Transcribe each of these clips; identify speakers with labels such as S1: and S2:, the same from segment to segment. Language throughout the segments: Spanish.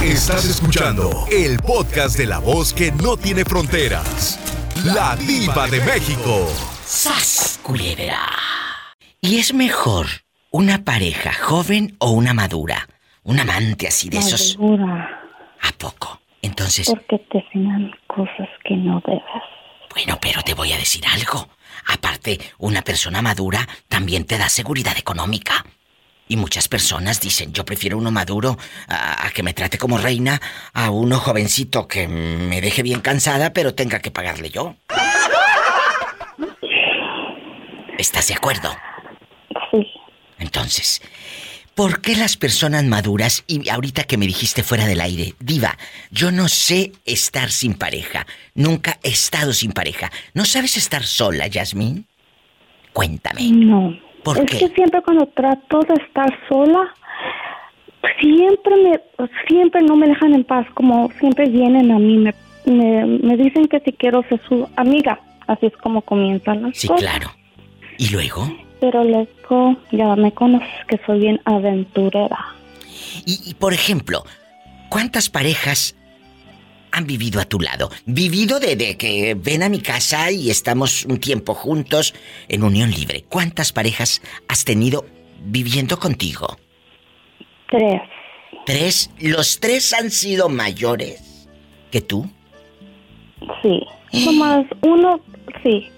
S1: Estás escuchando el podcast de la voz que no tiene fronteras. La Diva de México.
S2: ¡Sas, culebra! ¿Y es mejor una pareja joven o una madura? Un amante así de esos.
S3: Madura.
S2: ¿A poco? Entonces...
S3: Porque te enseñan cosas que no debes.
S2: Bueno, pero te voy a decir algo. Aparte, una persona madura también te da seguridad económica. Y muchas personas dicen, yo prefiero uno maduro a que me trate como reina, a uno jovencito que me deje bien cansada, pero tenga que pagarle yo. ¿Estás de acuerdo?
S3: Sí.
S2: Entonces, ¿por qué las personas maduras, y ahorita que me dijiste fuera del aire, Diva, yo no sé estar sin pareja, nunca he estado sin pareja, ¿no sabes estar sola, Yasmín? Cuéntame.
S3: No.
S2: ¿Por qué?
S3: Es que siempre cuando trato de estar sola, siempre no me dejan en paz, como siempre vienen a mí, me dicen que si quiero ser su amiga, así es como comienzan las
S2: Sí,
S3: cosas.
S2: claro. ¿Y luego?
S3: Pero luego ya me conoces que soy bien aventurera.
S2: Y por ejemplo, ¿cuántas parejas han vivido a tu lado? Vivido de que ven a mi casa y estamos un tiempo juntos en unión libre. ¿Cuántas parejas has tenido viviendo contigo?
S3: 3.
S2: 3. ¿Los 3 han sido mayores que tú?
S3: Sí. Nomás uno, sí.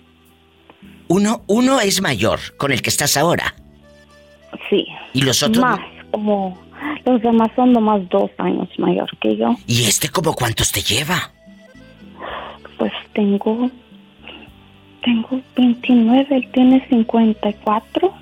S2: Uno es mayor, con el que estás ahora.
S3: Sí.
S2: ¿Y los otros?
S3: Más, como los demás son nomás 2 años mayor que yo.
S2: ¿Y este como cuántos te lleva?
S3: Pues tengo 29, él tiene 54.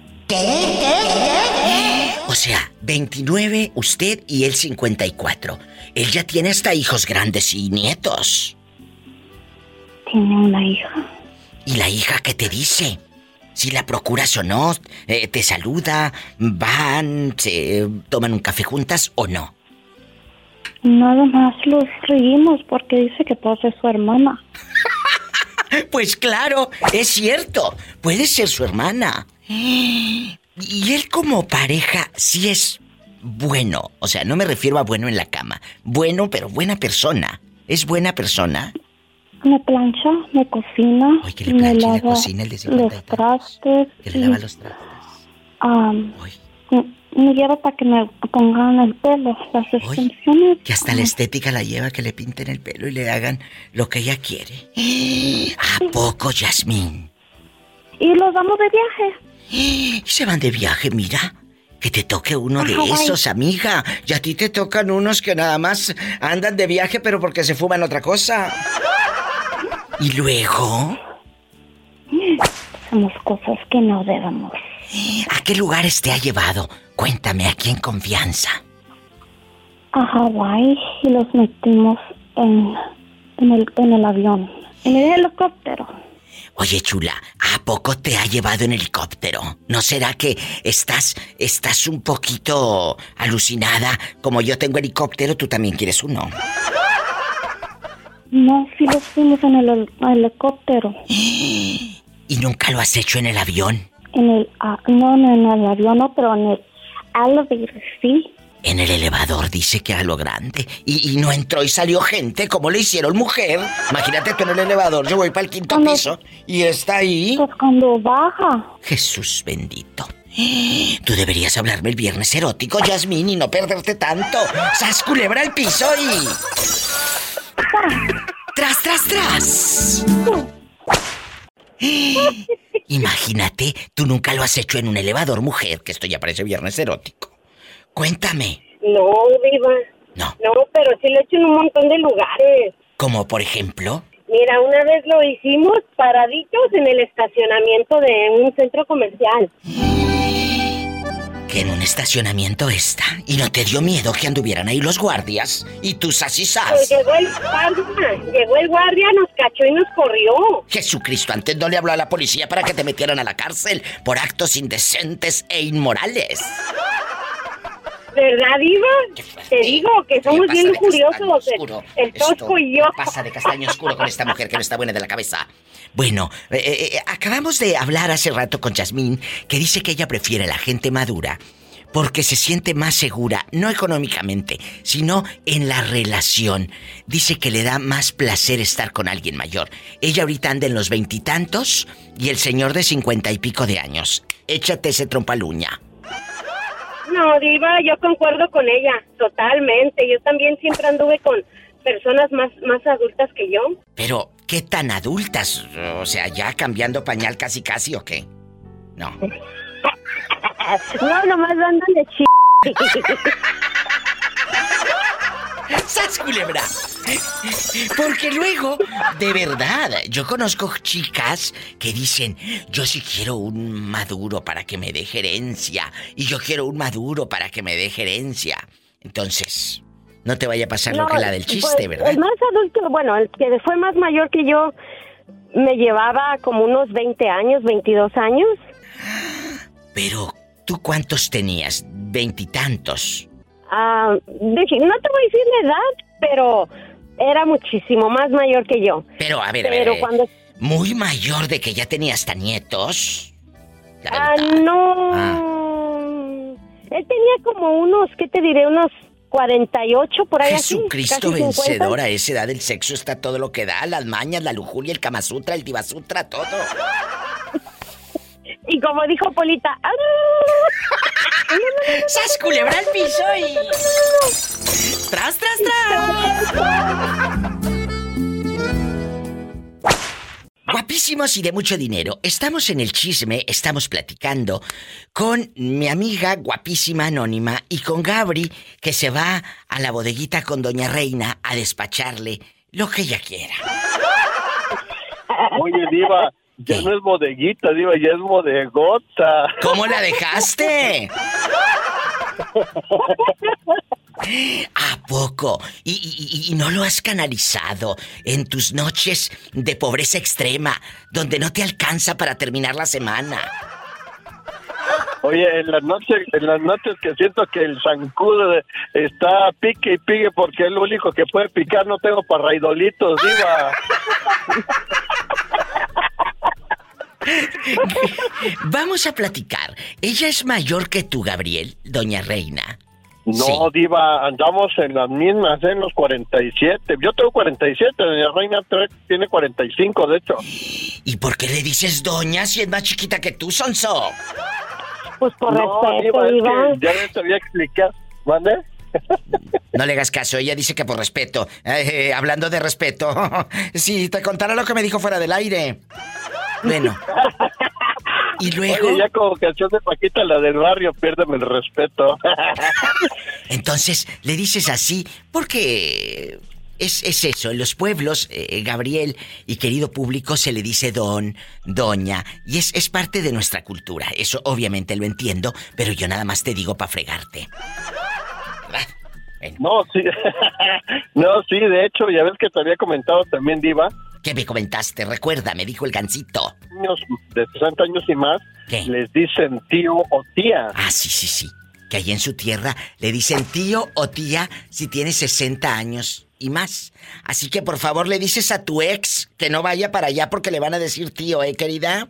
S2: O sea, 29 usted y él 54. Él ya tiene hasta hijos grandes y nietos.
S3: Tiene una hija.
S2: ¿Y la hija qué te dice? Si la procuras o no, te saluda, van, se toman un café juntas o no.
S3: Nada más los reímos porque dice que puedo ser su hermana.
S2: Pues claro, es cierto, puede ser su hermana. Y él como pareja sí es bueno, o sea, no me refiero a bueno en la cama, bueno, pero buena persona. ¿Es buena persona?
S3: Me plancha, me cocina,
S2: Oye, que le plancha y le
S3: lava
S2: cocina el de 50
S3: los
S2: y tantos.
S3: trastes.
S2: Que le lava los trastes. Oye,
S3: Me lleva para que me pongan el pelo, las extensiones.
S2: que hasta la estética la lleva, que le pinten el pelo y le hagan lo que ella quiere. ¿A poco, Yasmín?
S3: Y los damos de viaje.
S2: Y se van de viaje, mira. Que te toque uno de esos, amiga. Y a ti te tocan unos que nada más andan de viaje, pero porque se fuman otra cosa. ¿Y luego?
S3: Hacemos cosas que no debemos.
S2: ¿A qué lugares te ha llevado? Cuéntame, aquí en confianza.
S3: A Hawái y los metimos en el avión, en el helicóptero.
S2: Oye, chula, ¿a poco te ha llevado en helicóptero? ¿No será que estás un poquito alucinada? Como yo tengo helicóptero, tú también quieres uno.
S3: No, sí los fuimos en el helicóptero.
S2: ¿Y nunca lo has hecho en el avión?
S3: No en el avión, no, pero en el elevator, sí.
S2: En el elevador dice que a lo grande. Y no entró y salió gente, como le hicieron mujer. Imagínate tú en el elevador, yo voy para el 5º piso y está ahí.
S3: Pues cuando baja.
S2: Jesús bendito. Tú deberías hablarme el viernes erótico, Yasmín, y no perderte tanto. ¡Sas, culebra al piso y... ¡Tras, tras, tras! Imagínate, tú nunca lo has hecho en un elevador, mujer, que esto ya parece viernes erótico. Cuéntame.
S4: No, Diva.
S2: No.
S4: No, pero sí lo he hecho en un montón de lugares.
S2: ¿Como por ejemplo?
S4: Mira, una vez lo hicimos paraditos en el estacionamiento de un centro comercial.
S2: Que en un estacionamiento está. ¿Y no te dio miedo que anduvieran ahí los guardias? Y tú sas y sas.
S4: Pues llegó el guardia, nos cachó y nos corrió.
S2: Jesucristo, antes no le habló a la policía para que te metieran a la cárcel por actos indecentes e inmorales.
S4: ¿Verdad, Diva? Te digo que somos bien curiosos, el Tosco y yo.
S2: Pasa de castaño oscuro con esta mujer que no está buena de la cabeza. Bueno, acabamos de hablar hace rato con Yasmín, que dice que ella prefiere la gente madura porque se siente más segura, no económicamente, sino en la relación. Dice que le da más placer estar con alguien mayor. Ella ahorita anda en los 20 y tantos y el señor de 50 y pico de años. Échate ese trompaluña.
S4: No, Diva, yo concuerdo con ella, totalmente. Yo también siempre anduve con personas más adultas que yo.
S2: Pero, ¿qué tan adultas? O sea, ¿ya cambiando pañal casi o qué? No.
S4: No, nomás dándole
S2: ¡Sas, culebra! Porque luego, de verdad, yo conozco chicas que dicen, yo sí quiero un maduro para que me deje herencia, y yo quiero un maduro para que me deje herencia. Entonces, no te vaya a pasar lo que la del chiste,
S4: pues,
S2: ¿verdad?
S4: El más adulto, bueno, el que fue más mayor que yo, me llevaba como unos 20 años, 22 años.
S2: Pero, ¿tú cuántos tenías? ¿Veintitantos?
S4: No te voy a decir la edad, pero era muchísimo más mayor que yo.
S2: Pero, a ver,
S4: cuando...
S2: muy mayor de que ya tenía hasta nietos.
S4: No. Él tenía como unos, ¿qué te diré? Unos 48 por ahí.
S2: Jesucristo
S4: así,
S2: vencedor, a esa edad del sexo está todo lo que da, las mañas, la lujuria, el Kama Sutra, el Diva Sutra, todo.
S4: Y como dijo Polita,
S2: ¡sas, culebra al piso y... ¡Tras! Guapísimos y de mucho dinero. Estamos en el chisme, estamos platicando con mi amiga guapísima anónima y con Gabri, que se va a la bodeguita con Doña Reina a despacharle lo que ella quiera.
S5: Oye, Diva, ya
S2: ¿qué?
S5: no es bodeguita, Diva, ya es bodegota.
S2: ¿Cómo la dejaste? ¿A poco? ¿Y no lo has canalizado en tus noches de pobreza extrema, donde no te alcanza para terminar la semana?
S5: Oye, en las noches que siento que el zancudo está pique y pique porque es lo único que puede picar, no tengo para raidolitos, Diva.
S2: Vamos a platicar. ¿Ella es mayor que tú, Gabriel, Doña Reina?
S5: No,
S2: Sí.
S5: Diva, andamos en las mismas, en los 47. Yo tengo 47, Doña Reina tiene 45, de hecho.
S2: ¿Y por qué le dices doña si es más chiquita que tú, sonso?
S4: pues por respeto,
S5: Diva,
S4: Diva.
S5: es que ya te voy a explicar, ¿mande?
S2: No le hagas caso, ella dice que por respeto. Hablando de respeto, si te contara lo que me dijo fuera del aire. Bueno. Y luego...
S5: Oye, ya como canción de Paquita, la del barrio, piérdeme el respeto.
S2: Entonces, le dices así, porque es eso, en los pueblos, Gabriel y querido público, se le dice don, doña, y es parte de nuestra cultura. Eso obviamente lo entiendo, pero yo nada más te digo para fregarte. ¿Verdad? Bueno.
S5: No, sí. No, sí, de hecho, ya ves que te había comentado también, Diva.
S2: ¿Qué me comentaste? Recuerda, me dijo el gansito.
S5: Niños de 60 años y más,
S2: ¿qué?
S5: les dicen tío o tía.
S2: Ah, sí. Que ahí en su tierra le dicen tío o tía si tiene 60 años y más. Así que por favor le dices a tu ex que no vaya para allá porque le van a decir tío, querida.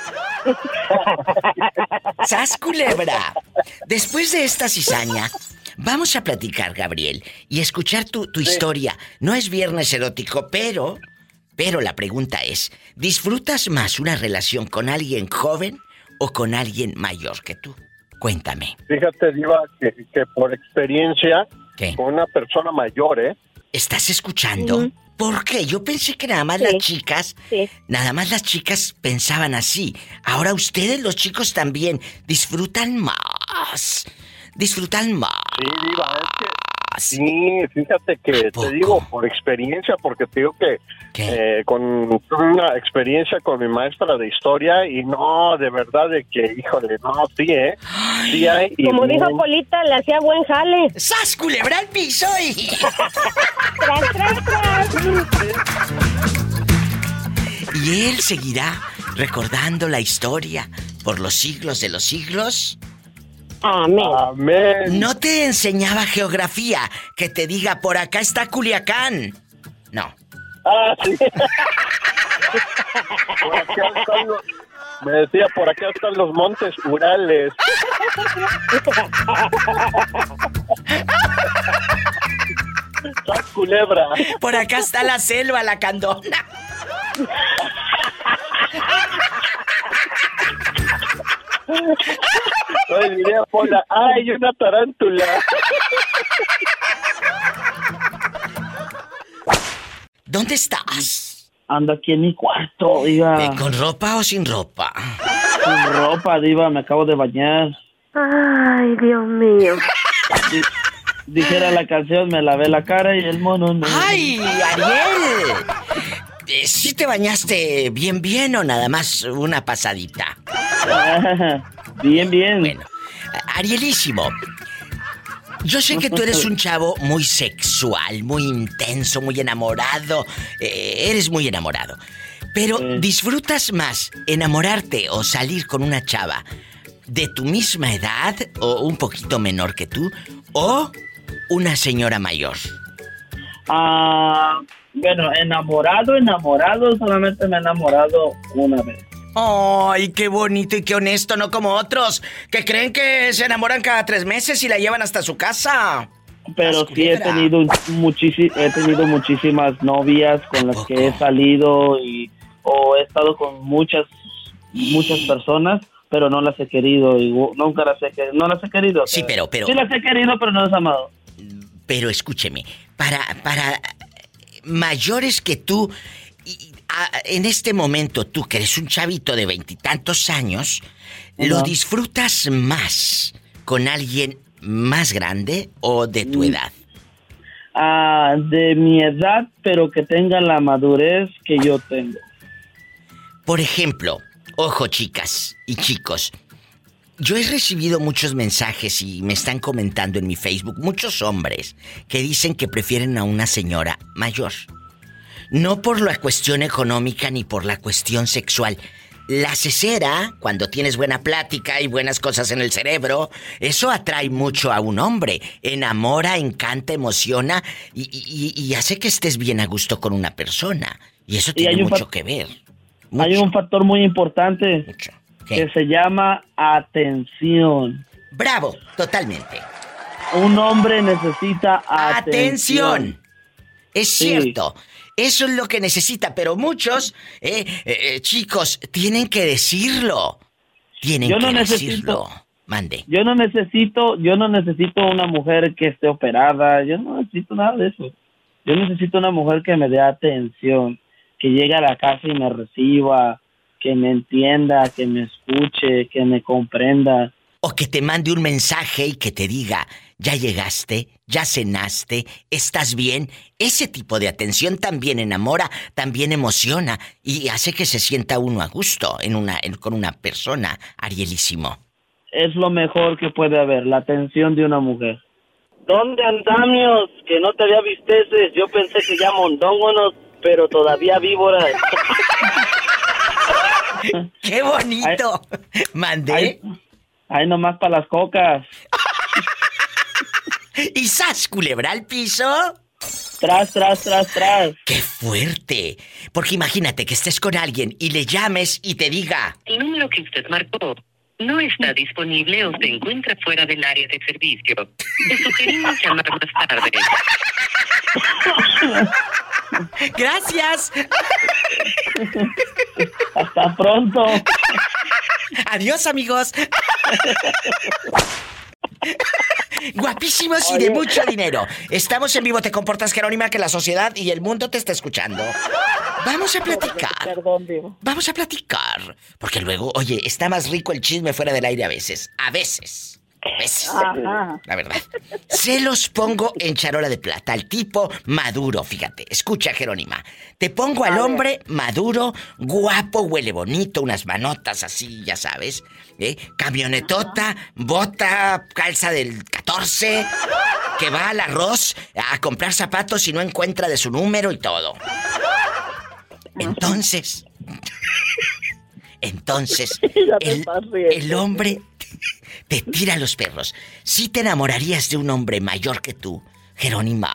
S2: ¡Sas, culebra! Después de esta cizaña, vamos a platicar, Gabriel, y escuchar tu historia. No es viernes erótico, pero la pregunta es, ¿disfrutas más una relación con alguien joven o con alguien mayor que tú? Cuéntame.
S5: Fíjate, Diva, que por experiencia,
S2: ¿Qué?
S5: con una persona mayor,
S2: ¿Estás escuchando? ¿Por qué? Yo pensé que nada más las chicas, nada más las chicas pensaban así. Ahora ustedes, los chicos, también disfrutan más. Disfrutan más.
S5: Sí, Diva, es que... Sí, fíjate que te digo por experiencia, porque te digo que con una experiencia con mi maestra de historia y no, de verdad de que, híjole, no, sí, sí hay.
S4: Como dijo Polita, le hacía buen jale.
S2: ¡Sas, culebra al piso! Y...
S4: ¡Tras!
S2: Y él seguirá recordando la historia por los siglos de los siglos.
S4: Amén.
S5: Amén.
S2: No te enseñaba geografía que te diga por acá está Culiacán. No.
S5: Ah, sí. Por acá están Me decía, por acá están los montes Urales. ¡Sas culebra!
S2: Por acá está la selva, la candona.
S5: Oye, diría Pola, ¡ay, una tarántula!
S2: ¿Dónde estás?
S6: Ando aquí en mi cuarto, diva.
S2: ¿Con ropa o sin ropa?
S6: Sin ropa, diva, me acabo de bañar.
S4: Ay, Dios mío.
S6: Dijera la canción, me lavé la cara y el mono no.
S2: ¡Ay, Ariel! ¿Sí te bañaste bien o nada más una pasadita?
S6: Bien.
S2: Bueno, Arielísimo, yo sé que tú eres un chavo muy sexual, muy intenso, muy enamorado. Eres muy enamorado. Pero ¿disfrutas más enamorarte o salir con una chava de tu misma edad o un poquito menor que tú o una señora mayor?
S6: Bueno, enamorado, solamente me he enamorado una vez.
S2: ¡Ay, qué bonito y qué honesto! No como otros que creen que se enamoran cada 3 meses y la llevan hasta su casa.
S6: Pero sí he tenido muchísimas novias con las que he salido o he estado con muchas personas, pero no las he querido y nunca no las he querido.
S2: Sí, pero
S6: sí las he querido, pero no las he amado.
S2: Pero escúcheme, para mayores que tú, en este momento tú que eres un chavito de 20 y tantos años, ¿lo disfrutas más con alguien más grande o de tu edad?
S6: De mi edad, pero que tenga la madurez que yo tengo.
S2: Por ejemplo, ojo, chicas y chicos, yo he recibido muchos mensajes y me están comentando en mi Facebook muchos hombres que dicen que prefieren a una señora mayor. No por la cuestión económica ni por la cuestión sexual. La cesera, cuando tienes buena plática y buenas cosas en el cerebro, eso atrae mucho a un hombre. Enamora, encanta, emociona y hace que estés bien a gusto con una persona. Y eso tiene mucho que ver. Mucho.
S6: Hay un factor muy importante que se llama atención.
S2: ¡Bravo! Totalmente.
S6: Un hombre necesita atención.
S2: Es cierto. Eso es lo que necesita, pero muchos, chicos, tienen que decirlo. Decirlo. Mande.
S6: Yo no necesito una mujer que esté operada. Yo no necesito nada de eso. Yo necesito una mujer que me dé atención, que llegue a la casa y me reciba, que me entienda, que me escuche, que me comprenda.
S2: O que te mande un mensaje y que te diga, ya llegaste, ya cenaste, estás bien. Ese tipo de atención también enamora, también emociona y hace que se sienta uno a gusto con una persona, Arielísimo.
S6: Es lo mejor que puede haber, la atención de una mujer. ¿Dónde andamios? Que no te había visteces. Yo pensé que ya mondóngonos, pero todavía víboras.
S2: ¡Qué bonito! ¿Mandé?
S6: Ahí nomás para las cocas.
S2: ¿Y sas, culebra al piso?
S6: Tras.
S2: ¡Qué fuerte! Porque imagínate que estés con alguien y le llames y te diga...
S7: El número que usted marcó no está disponible o se encuentra fuera del área de servicio. Le sugerimos llamar más tarde.
S2: ¡Gracias!
S6: Hasta pronto.
S2: Adiós, amigos. Guapísimos y de mucho dinero. Estamos en vivo. Te comportas, Jerónima, que la sociedad y el mundo te está escuchando. Vamos a platicar.
S3: Perdón, Divo.
S2: Vamos a platicar. Porque luego, oye, está más rico el chisme fuera del aire a veces. A veces.
S3: Ajá.
S2: La verdad. Se los pongo en charola de plata. Al tipo maduro, fíjate. Escucha, Jerónima. Te pongo al hombre maduro, guapo, huele bonito, unas manotas así, ya sabes. Camionetota, bota, calza del 14, que va al arroz a comprar zapatos y no encuentra de su número y todo. Entonces, el hombre te tira los perros. ¿Sí te enamorarías de un hombre mayor que tú, Jerónima?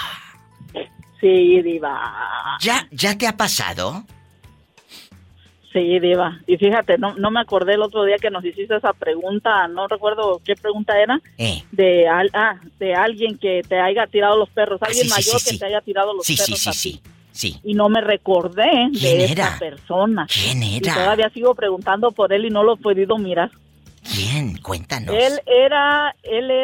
S3: Sí, diva.
S2: ¿Ya te ha pasado?
S8: Sí, diva. Y fíjate, no me acordé el otro día que nos hiciste esa pregunta, no recuerdo qué pregunta era, de alguien que te haya tirado los perros, alguien mayor que te haya tirado los perros.
S2: Sí.
S8: Y no me recordé de esa persona.
S2: ¿Quién era?
S8: Y todavía sigo preguntando por él y no lo he podido mirar.
S2: ¿Quién? Cuéntanos.
S8: Él era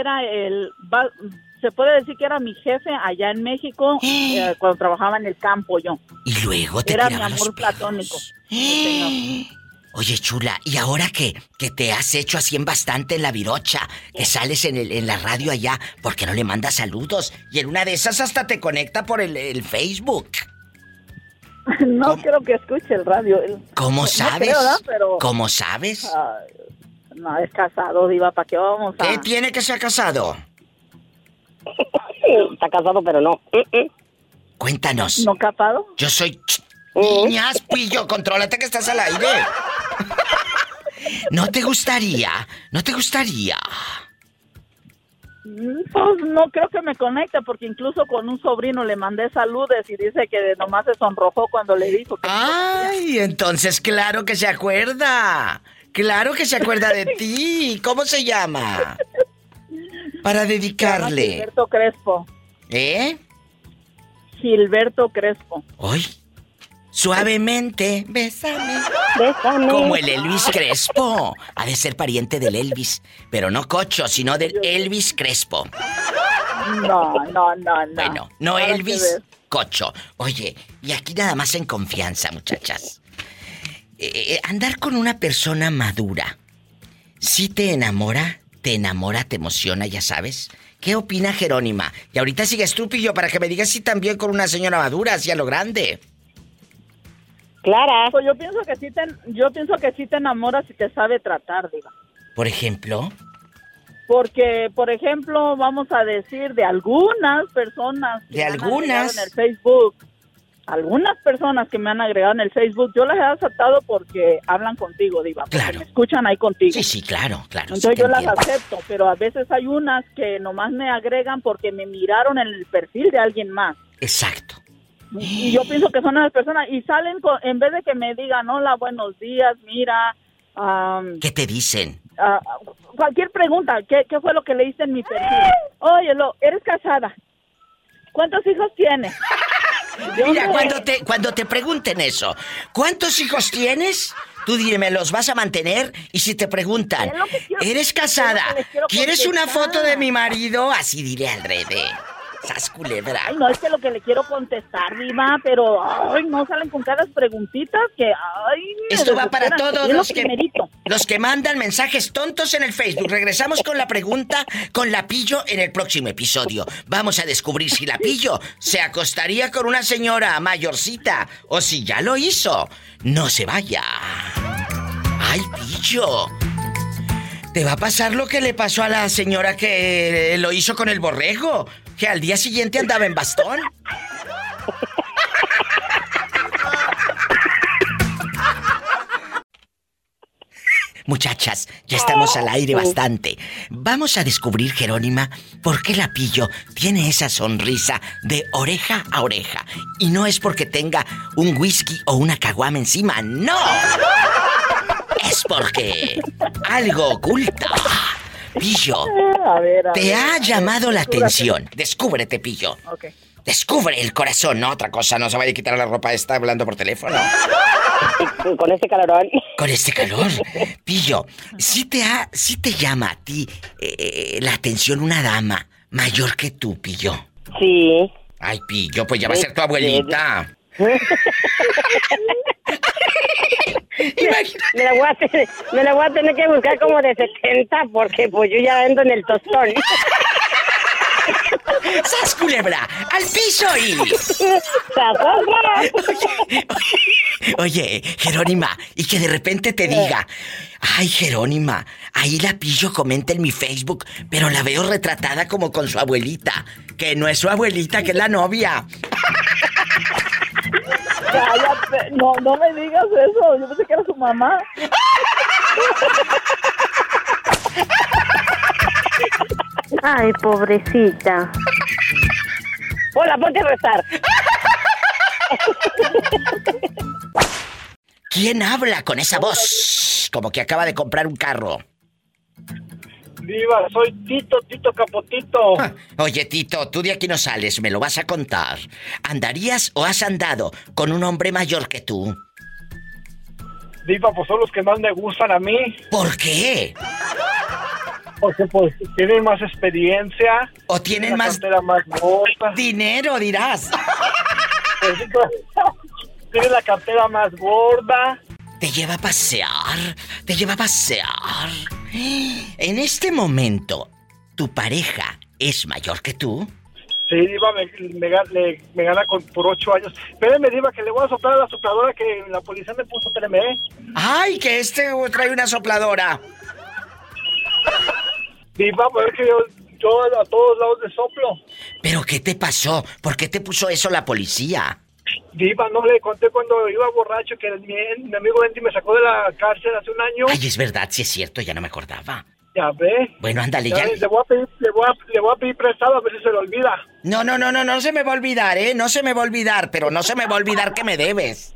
S8: se puede decir que era mi jefe allá en México cuando trabajaba en el campo yo.
S2: Y luego te
S8: era
S2: tiraba
S8: mi amor
S2: los
S8: platónico.
S2: Oye, chula, y ahora que te has hecho así en bastante en la virocha, que sales en la radio allá, ¿por qué no le mandas saludos? Y en una de esas hasta te conecta por el Facebook.
S8: No creo que escuche el radio.
S2: ¿Cómo sabes?
S8: No creo, ¿no? Pero,
S2: ¿cómo sabes?
S8: No, es casado, diva, ¿para qué vamos a...?
S2: ¿Qué tiene que ser casado?
S4: Está casado, pero no.
S2: Cuéntanos.
S8: ¿No capado?
S2: Yo soy... Niñas, pillo, contrólate que estás al aire. ¿No te gustaría?
S8: Pues no creo que me conecte, porque incluso con un sobrino le mandé saludes y dice que nomás se sonrojó cuando le dijo que...
S2: ¡Ay! Entonces claro que se acuerda. Claro que se acuerda de ti. ¿Cómo se llama? Para dedicarle.
S8: Gilberto Crespo. Gilberto Crespo.
S2: ¡Ay! Suavemente, bésame. Como el Elvis Crespo. Ha de ser pariente del Elvis. Pero no Cocho, sino del Elvis Crespo.
S8: No.
S2: Bueno, no Elvis, Cocho. Oye, y aquí nada más en confianza, muchachas. Andar con una persona madura, ¿sí te enamora, te emociona, ya sabes? ¿Qué opina Jerónima? Y ahorita sigue estúpido para que me digas si también con una señora madura, así a lo grande.
S8: Clara. Pues yo pienso que sí te enamoras si te sabe tratar, diga.
S2: ¿Por ejemplo?
S8: Porque, por ejemplo, vamos a decir de algunas personas que
S2: me han agregado
S8: en el Facebook. Algunas personas que me han agregado en el Facebook, yo las he aceptado porque hablan contigo, diva.
S2: Claro.
S8: Me escuchan ahí contigo.
S2: Sí, claro.
S8: Entonces
S2: sí
S8: yo las acepto, pero a veces hay unas que nomás me agregan porque me miraron en el perfil de alguien más.
S2: Exacto.
S8: Y yo pienso que son esas personas y salen en vez de que me digan hola, buenos días, mira.
S2: ¿Qué te dicen?
S8: Cualquier pregunta, ¿qué fue lo que leíste en mi perfil? Oye, ¿eres casada? ¿Cuántos hijos tienes?
S2: Mira, cuando te pregunten eso, ¿cuántos hijos tienes? Tú dime, ¿los vas a mantener? Y si te preguntan, ¿eres casada? ¿Quieres una foto de mi marido? Así diré al revés. ¡Sas, culebra!
S8: Ay, no, es que lo que le quiero contestar, diva, pero... Ay, no salen con cada preguntitas que... Ay,
S2: esto va para todos los que mandan mensajes tontos en el Facebook. Regresamos con la pregunta con la Pillo en el próximo episodio. Vamos a descubrir si la Pillo se acostaría con una señora mayorcita o si ya lo hizo. No se vaya. ¡Ay, Pillo! Te va a pasar lo que le pasó a la señora que lo hizo con el borrego, que al día siguiente andaba en bastón. Muchachas, ya estamos al aire bastante. Vamos a descubrir, Jerónima, por qué la Pillo tiene esa sonrisa de oreja a oreja. Y no es porque tenga un whisky o una caguama encima, ¡no! Es porque algo oculta. Pillo, te ha llamado la atención. Descúbrete, Pillo.
S8: Okay.
S2: Descubre el corazón, no otra cosa. No se vaya a quitar la ropa, está hablando por teléfono.
S4: Con este calorón.
S2: Con este calor. Pillo, ¿sí te llama a ti la atención una dama mayor que tú, Pillo?
S4: Sí.
S2: Ay, Pillo, pues ya va a ser tu abuelita.
S4: Me la voy a tener que buscar como de 70 porque pues yo ya ando en el tostón.
S2: ¡Sas, culebra! ¡Al piso y! Oye, Jerónima, y que de repente te diga, ay, Jerónima, ahí la Pillo comenta en mi Facebook, pero la veo retratada como con su abuelita, que no es su abuelita, que es la novia.
S8: Cállate, no me digas eso, yo pensé que era su mamá.
S3: Ay, pobrecita.
S4: Hola, ponte a rezar.
S2: ¿Quién habla con esa voz? Como que acaba de comprar un carro.
S9: Diva, soy Tito Capotito.
S2: Oye, Tito, tú de aquí no sales, me lo vas a contar. ¿Andarías o has andado con un hombre mayor que tú?
S9: Diva, pues son los que más me gustan a mí.
S2: ¿Por qué?
S9: Porque pues tienen más experiencia.
S2: ¿O tienen más
S9: gorda.
S2: Dinero, dirás?
S9: Tienen la cartera más gorda.
S2: Te lleva a pasear. En este momento, ¿tu pareja es mayor que tú?
S9: Sí, Diva, me gana por 8 años. Espéreme, Diva, que le voy a soplar a la sopladora que la policía me puso, espéreme.
S2: ¡Ay, que trae una sopladora!
S9: Diva, pues que yo a todos lados le soplo.
S2: ¿Pero qué te pasó? ¿Por qué te puso eso la policía?
S9: Diva, no le conté cuando iba borracho que mi amigo Andy me sacó de la cárcel hace un año.
S2: Ay, es verdad, sí es cierto, ya no me acordaba.
S9: Ya ve.
S2: Bueno, ándale, ya.
S9: Le voy a pedir prestado a ver si se lo olvida.
S2: No se me va a olvidar, ¿eh? No se me va a olvidar, pero no se me va a olvidar que me debes.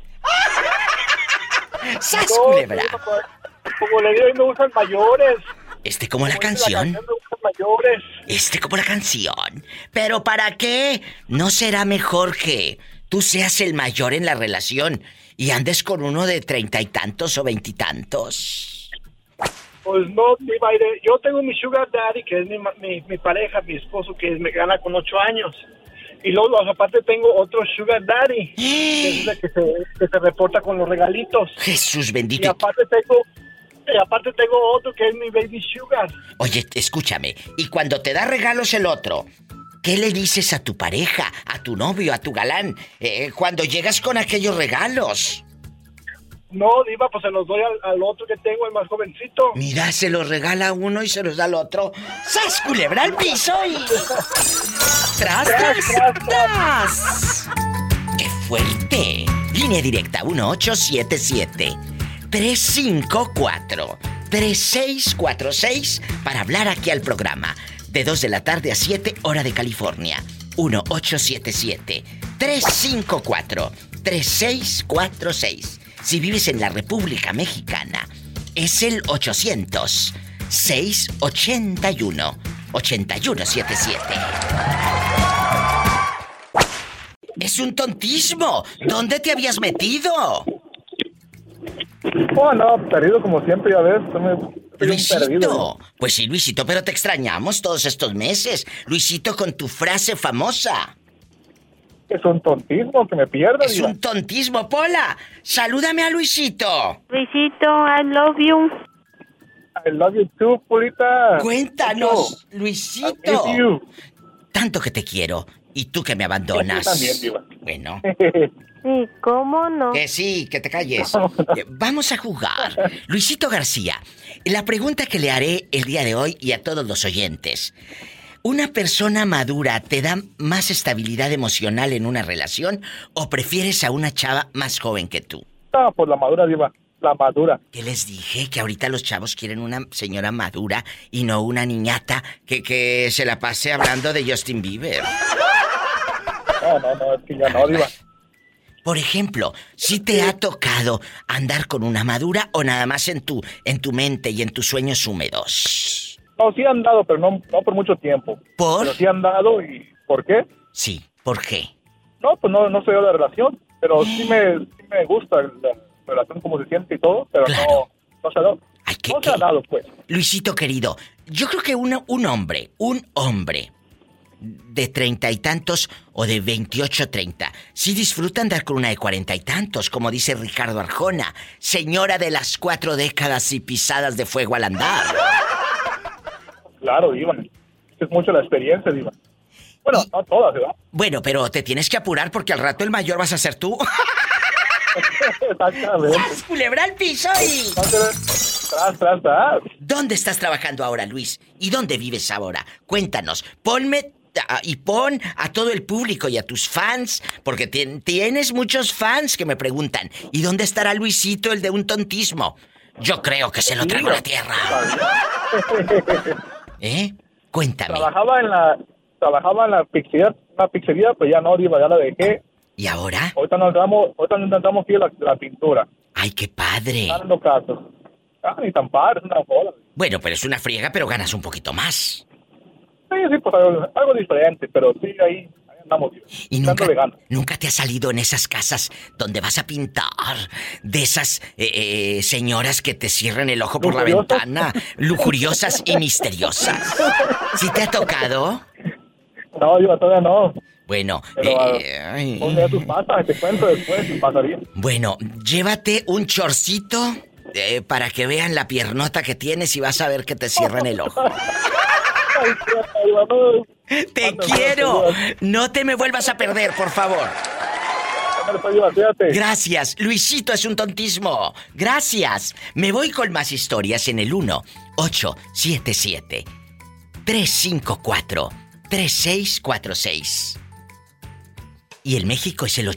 S2: ¡Sas, culebra!
S9: Como le digo, a mí me gustan mayores.
S2: Como la canción.
S9: Me gustan mayores.
S2: Como la canción. ¿Pero para qué? ¿No será mejor que tú seas el mayor en la relación y andes con uno de 30 y tantos o 20 y tantos?
S9: Pues no, Diva, yo tengo mi sugar daddy, que es mi pareja, mi esposo, que me gana con 8 años. Y luego, aparte, tengo otro sugar daddy, que es el que se reporta con los regalitos.
S2: Jesús bendito.
S9: Y aparte tengo otro que es mi baby sugar.
S2: Oye, escúchame, y cuando te da regalos el otro, ¿qué le dices a tu pareja, a tu novio, a tu galán, cuando llegas con aquellos regalos?
S9: No, Diva, pues se los doy al otro que tengo, el más jovencito.
S2: Mira, se los regala uno y se los da al otro. ¡Sas, culebra al piso y... ¡Tras! ¡Qué fuerte! Línea directa 1877-354-3646 para hablar aquí al programa. De 2 de la tarde a 7, hora de California. 1877-354-3646. Si vives en la República Mexicana, es el 800-681-8177. ¡Es un tontismo! ¿Dónde te habías metido?
S10: Oh, no, perdido como siempre, ya ves.
S2: Luisito,
S10: perdido.
S2: Pues sí, Luisito, pero te extrañamos todos estos meses. Luisito, con tu frase famosa.
S10: Es un tontismo que me pierda.
S2: Es un tontismo, Pola. Salúdame a Luisito.
S11: Luisito, I love you.
S10: I love you too, Polita.
S2: Cuéntanos, Luisito. Tanto que te quiero. Y tú que me abandonas.
S10: También, Diva.
S2: Bueno.
S11: Sí, ¿cómo no?
S2: Que sí, que te calles. Vamos a jugar. Luisito García, la pregunta que le haré el día de hoy y a todos los oyentes. ¿Una persona madura te da más estabilidad emocional en una relación o prefieres a una chava más joven que tú?
S10: No, pues la madura, Diva. La madura.
S2: ¿Qué les dije? Que ahorita los chavos quieren una señora madura y no una niñata que se la pase hablando de Justin Bieber.
S10: No, es que ya no, Diva.
S2: Por ejemplo, ¿sí te ha tocado andar con una madura o nada más en tu mente y en tus sueños húmedos?
S10: No, sí han dado, pero no por mucho tiempo.
S2: ¿Por?
S10: Pero sí han dado, ¿y por qué?
S2: Sí, ¿por qué?
S10: No, pues no soy yo la relación, pero sí me gusta la relación, como se siente y todo, pero claro. no se ha dado. No se ha dado, pues.
S2: Luisito querido, yo creo que un hombre de 30 y tantos o de 28, 30, sí disfruta andar con una de 40 y tantos, como dice Ricardo Arjona, señora de las 4 décadas y pisadas de fuego al andar.
S10: Claro, Diva. Es mucho la experiencia, Diva. Bueno, no todas, ¿verdad?
S2: Bueno, pero te tienes que apurar porque al rato el mayor vas a ser tú.
S10: Exactamente.
S2: Culebra al piso y...
S10: Tras.
S2: ¿Dónde estás trabajando ahora, Luis? ¿Y dónde vives ahora? Cuéntanos. Ponme y pon a todo el público y a tus fans, porque tienes muchos fans que me preguntan, ¿y dónde estará Luisito, el de un tontismo? Yo creo que se lo traigo a la tierra. Cuéntame.
S10: Trabajaba en la pizzería, pero ya no, Diva, ya la dejé.
S2: ¿Y ahora?
S10: Ahorita nos entramos aquí a la pintura.
S2: ¡Ay, qué padre!
S10: Dando casos. Ni tan padre, es una bola.
S2: Bueno, pero es una friega, pero ganas un poquito más.
S10: Sí, pues algo diferente, pero sí, ahí andamos bien.
S2: ¿Y nunca te ha salido en esas casas donde vas a pintar de esas señoras que te cierran el ojo por la ventana, lujuriosas y misteriosas? ¿Sí te ha tocado?
S10: No, yo todavía no.
S2: Bueno,
S10: ponle tus patas, te cuento después si pasaría.
S2: Bueno, llévate un chorcito para que vean la piernota que tienes y vas a ver que te cierran el ojo. ¡Te quiero! No te me vuelvas a perder, por favor. Gracias. Luisito es un tontismo. Gracias. Me voy con más historias en el 1-877-354-3646. Y el México es el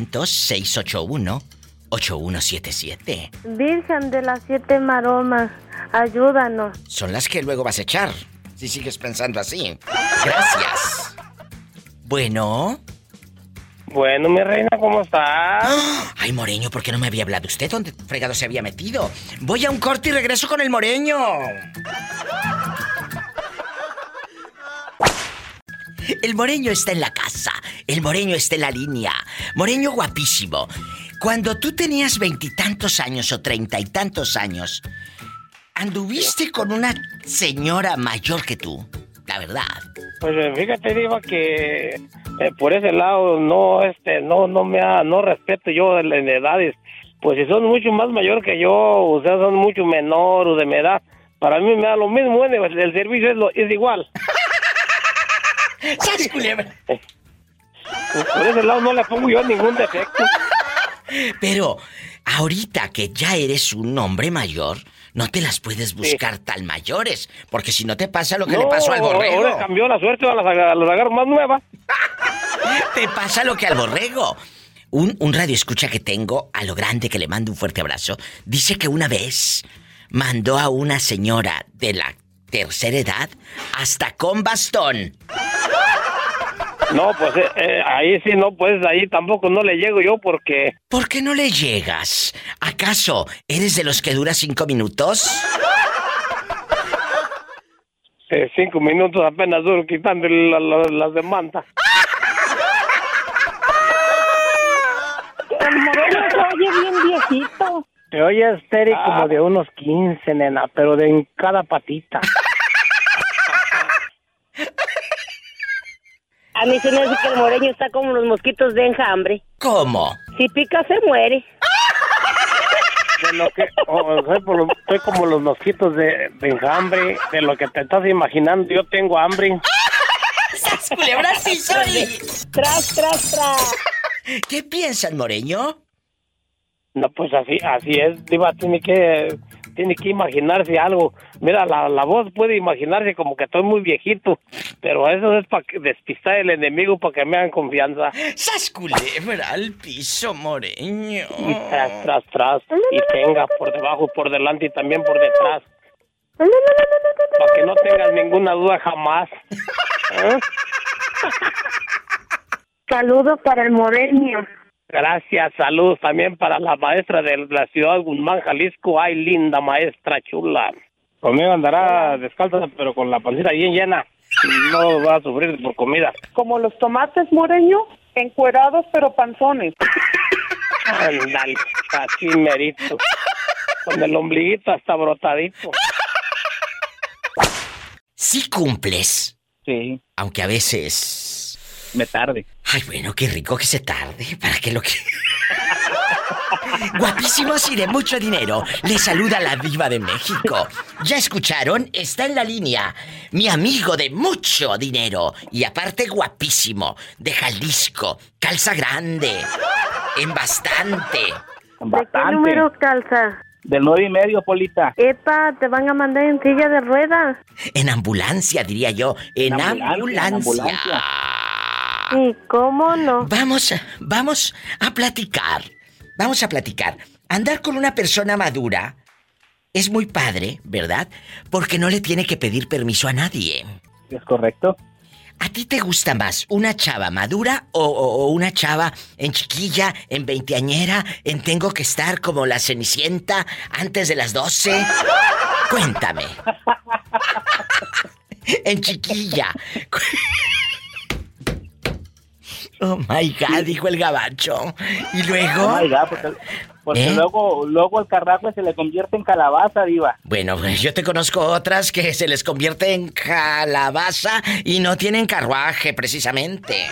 S2: 800-681-8177.
S11: Virgen de las 7 maromas, ayúdanos.
S2: Son las que luego vas a echar, si sigues pensando así. Gracias. Bueno,
S12: mi reina, ¿cómo estás?
S2: Ay, Moreño, ¿por qué no me había hablado usted? ¿Dónde fregado se había metido? Voy a un corte y regreso con el Moreño. El Moreño está en la casa. El Moreño está en la línea. Moreño guapísimo. Cuando tú tenías 20 y tantos años o 30 y tantos años, ¿anduviste con una señora mayor que tú? La verdad.
S12: Pues fíjate, Diva, que por ese lado no respeto yo en edades. Pues si son mucho más mayor que yo, o sea, son mucho menor o de mi edad, para mí me da lo mismo, el servicio es igual.
S2: ¡Sas, culebra!
S12: Por ese lado no le pongo yo ningún defecto.
S2: Pero ahorita que ya eres un hombre mayor, no te las puedes buscar tan mayores, porque si no te pasa lo que le pasó al borrego.
S12: Ahora cambió la suerte, las agarro más nuevas.
S2: Te pasa lo que al borrego. Un radio escucha que tengo, a lo grande, que le mando un fuerte abrazo, dice que una vez mandó a una señora de la tercera edad hasta con bastón.
S12: No, pues ahí sí no, pues ahí tampoco no le llego yo porque...
S2: ¿Por qué no le llegas? ¿Acaso eres de los que dura 5 minutos?
S12: 5 minutos apenas duro quitando las demandas.
S8: El Moreño se oye bien viejito.
S12: Te oyes, Terry, como de unos 15, nena, pero de en cada patita.
S4: A mí se me hace que el Moreño está como los mosquitos de enjambre.
S2: ¿Cómo?
S4: Si pica, se muere.
S12: De lo que... estoy como los mosquitos de enjambre, de lo que te estás imaginando. Yo tengo hambre.
S2: ¡Sas, culebra, sí soy!
S4: ¡Tras!
S2: ¿Qué piensan, Moreño?
S12: No, pues así es, Diva, tiene que imaginarse algo. Mira, la voz puede imaginarse como que estoy muy viejito, pero eso es para despistar al enemigo, para que me hagan confianza.
S2: ¡Sas, culebra al piso, Moreño!
S12: Y tras, y tenga por debajo, por delante y también por detrás. Para que no tengas ninguna duda jamás.
S11: Saludos para el Moreño.
S12: Gracias, saludos también para la maestra de la ciudad de Guzmán, Jalisco. Ay, linda maestra chula. Conmigo andará descalza, pero con la pancita bien llena. No va a sufrir por comida.
S8: Como los tomates, Moreño, encuerados pero panzones.
S12: Ándale, así merito. Con el ombliguito hasta brotadito.
S2: Sí cumples.
S13: Sí.
S2: Aunque a veces...
S13: me tarde.
S2: Ay, bueno, qué rico que se tarde. ¿Para qué lo que...? Guapísimos y de mucho dinero. Les saluda la Diva de México. ¿Ya escucharon? Está en la línea mi amigo de mucho dinero. Y aparte guapísimo. De Jalisco. Calza grande. En bastante.
S11: ¿De qué número calza?
S13: Del 9.5, Polita.
S11: Epa, te van a mandar en silla de ruedas.
S2: En ambulancia, diría yo. En ambulancia.
S11: ¿Y cómo no?
S2: Vamos a platicar. Vamos a platicar. Andar con una persona madura es muy padre, ¿verdad? Porque no le tiene que pedir permiso a nadie.
S13: Es correcto.
S2: ¿A ti te gusta más una chava madura o una chava en chiquilla, en veinteañera, en tengo que estar como la Cenicienta antes de las 12? Cuéntame. En chiquilla. Oh my God, dijo el gabacho. ¿Y luego?
S13: Oh my God, porque luego el carrajo se le convierte en calabaza, diva.
S2: Bueno, yo te conozco otras que se les convierte en calabaza y no tienen carruaje, precisamente.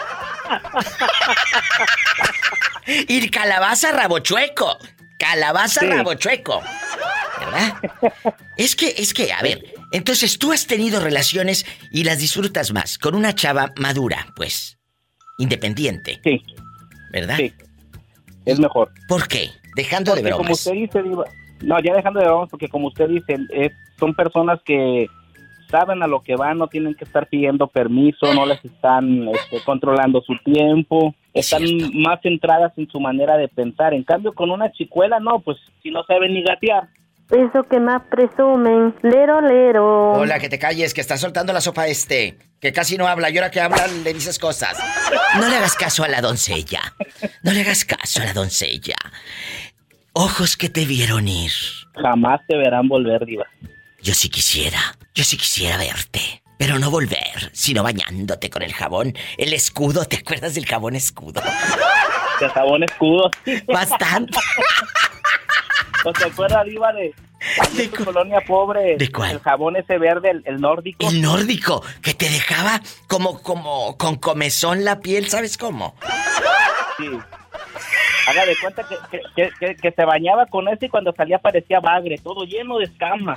S2: Y calabaza rabo chueco. Calabaza rabo chueco. ¿Verdad? Es que, a ver, entonces tú has tenido relaciones y las disfrutas más con una chava madura, pues, independiente.
S13: Sí.
S2: ¿Verdad?
S13: Sí. Es mejor.
S2: ¿Por qué? Dejando de bromas.
S13: Como usted dice, diva, no, ya dejando de bromas, porque como usted dice, son personas que saben a lo que van, no tienen que estar pidiendo permiso, no les están controlando su tiempo, están más centradas en su manera de pensar. En cambio, con una chicuela, no, pues si no saben ni gatear.
S11: Eso que más presumen, lero, lero.
S2: Hola, que te calles, que está soltando la sopa que casi no habla, y ahora que habla le dices cosas. No le hagas caso a la doncella. No le hagas caso a la doncella. Ojos que te vieron ir.
S13: Jamás te verán volver, diva.
S2: Yo sí quisiera verte. Pero no volver, sino bañándote con el jabón. El escudo, ¿te acuerdas del jabón escudo?
S13: ¿El jabón escudo?
S2: Bastante.
S13: ¿No te acuerdas, diva, de tu colonia pobre?
S2: ¿De cuál?
S13: El jabón ese verde, el nórdico.
S2: El nórdico, que te dejaba como con comezón la piel, ¿sabes cómo?
S13: Sí. Haga de cuenta que se bañaba con ese y cuando salía parecía bagre, todo lleno de escamas.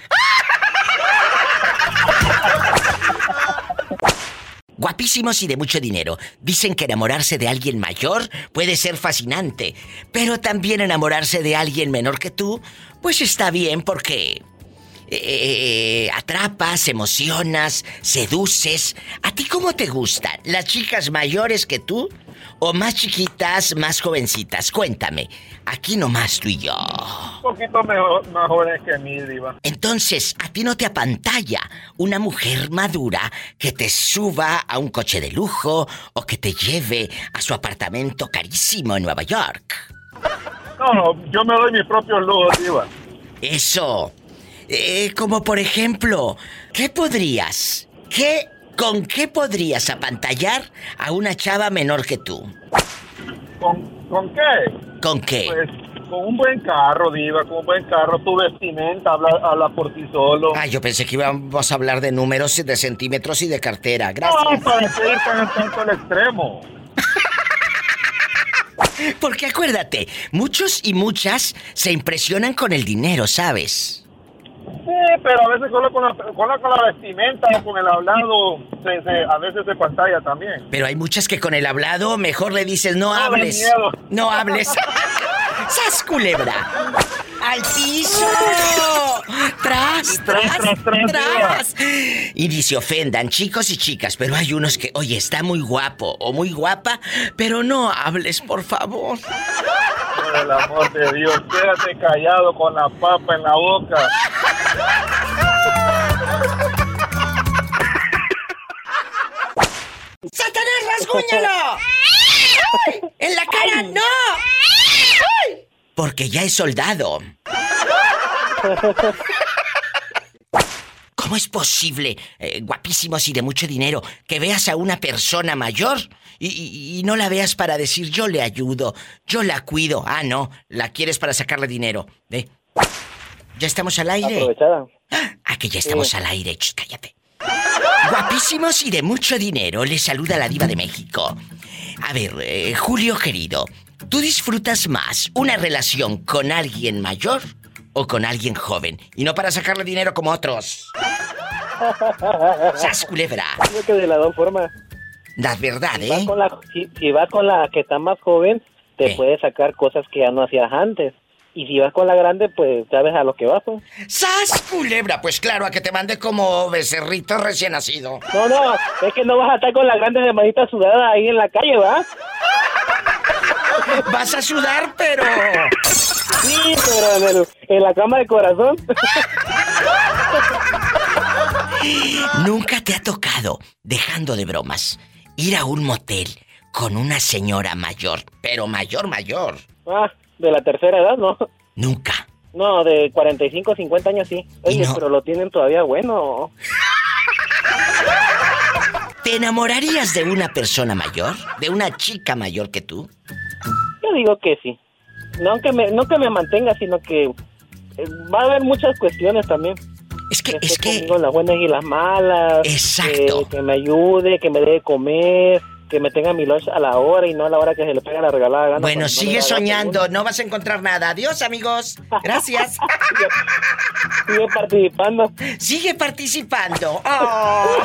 S2: Guapísimos y de mucho dinero. Dicen que enamorarse de alguien mayor puede ser fascinante, pero también enamorarse de alguien menor que tú, pues está bien porque atrapas, emocionas, seduces. ¿A ti cómo te gustan? ¿Las chicas mayores que tú o más chiquitas, más jovencitas? Cuéntame. Aquí nomás tú y yo.
S10: Un poquito más jóvenes que mí, diva.
S2: Entonces, ¿a ti no te apantalla una mujer madura que te suba a un coche de lujo o que te lleve a su apartamento carísimo en Nueva York?
S10: No, yo me doy mis propios lujos, diva.
S2: Eso. Como por ejemplo, ¿con qué podrías apantallar a una chava menor que tú?
S10: ¿Con qué?
S2: ¿Con qué?
S10: Pues con un buen carro, diva, con un buen carro. Tu vestimenta habla por ti solo.
S2: Ah, yo pensé que íbamos a hablar de números, de centímetros y de cartera. Gracias.
S10: No, para que ir tanto al extremo.
S2: Porque acuérdate, muchos y muchas se impresionan con el dinero, ¿sabes?
S10: Sí, pero a veces solo con la vestimenta o con el hablado, a veces se pantalla también.
S2: Pero hay muchas que con el hablado mejor le dices no hables. No hables. ¡Sas, culebra! ¡Al piso! ¡Tras! Y ni se ofendan, chicos y chicas, pero hay unos que, oye, está muy guapo o muy guapa, pero no hables, por favor.
S10: Por el amor de Dios, quédate callado con la papa en la boca.
S2: ¡Satanás, rasguñalo! ¡En la cara, no! Porque ya es soldado. ¿Cómo es posible, guapísimos y de mucho dinero, que veas a una persona mayor y no la veas para decir yo le ayudo, yo la cuido? Ah, no, la quieres para sacarle dinero. ¿Ya estamos al aire?
S13: Aprovechada.
S2: Ah, que ya estamos al aire. Ch, cállate. Guapísimos y de mucho dinero, les saluda la Diva de México. A ver, Julio querido, ¿tú disfrutas más una relación con alguien mayor o con alguien joven? Y no para sacarle dinero como otros. ¡Sas, culebra!
S13: Creo que de las dos formas.
S2: La verdad,
S13: si vas con la que está más joven, te puede sacar cosas que ya no hacías antes. Y si vas con la grande, pues sabes a lo que vas, pues.
S2: ¡Sas, culebra! Pues claro, a que te mande como becerrito recién nacido.
S13: No, es que no vas a estar con la grande de manita sudada ahí en la calle, ¿va?
S2: Vas a sudar, pero...
S13: Sí, pero en la cama de corazón.
S2: ¿Nunca te ha tocado, dejando de bromas, ir a un motel con una señora mayor, pero mayor?
S12: De la tercera edad, ¿no?
S2: Nunca.
S12: No, de 45, 50 años sí. Oye, no. Pero lo tienen todavía bueno.
S2: ¿Te enamorarías de una persona mayor? ¿De una chica mayor que tú?
S12: Yo digo que sí. No que me mantenga, sino que va a haber muchas cuestiones también.
S2: Es que
S12: las buenas y las malas.
S2: Exacto.
S12: Que me ayude, que me dé de comer, que me tenga mi lunch a la hora y no a la hora que se le pega la regalada gana.
S2: Bueno, sigue soñando, no vas a encontrar nada. Adiós, amigos. Gracias.
S12: Sigue participando.
S2: Sigue participando. Oh.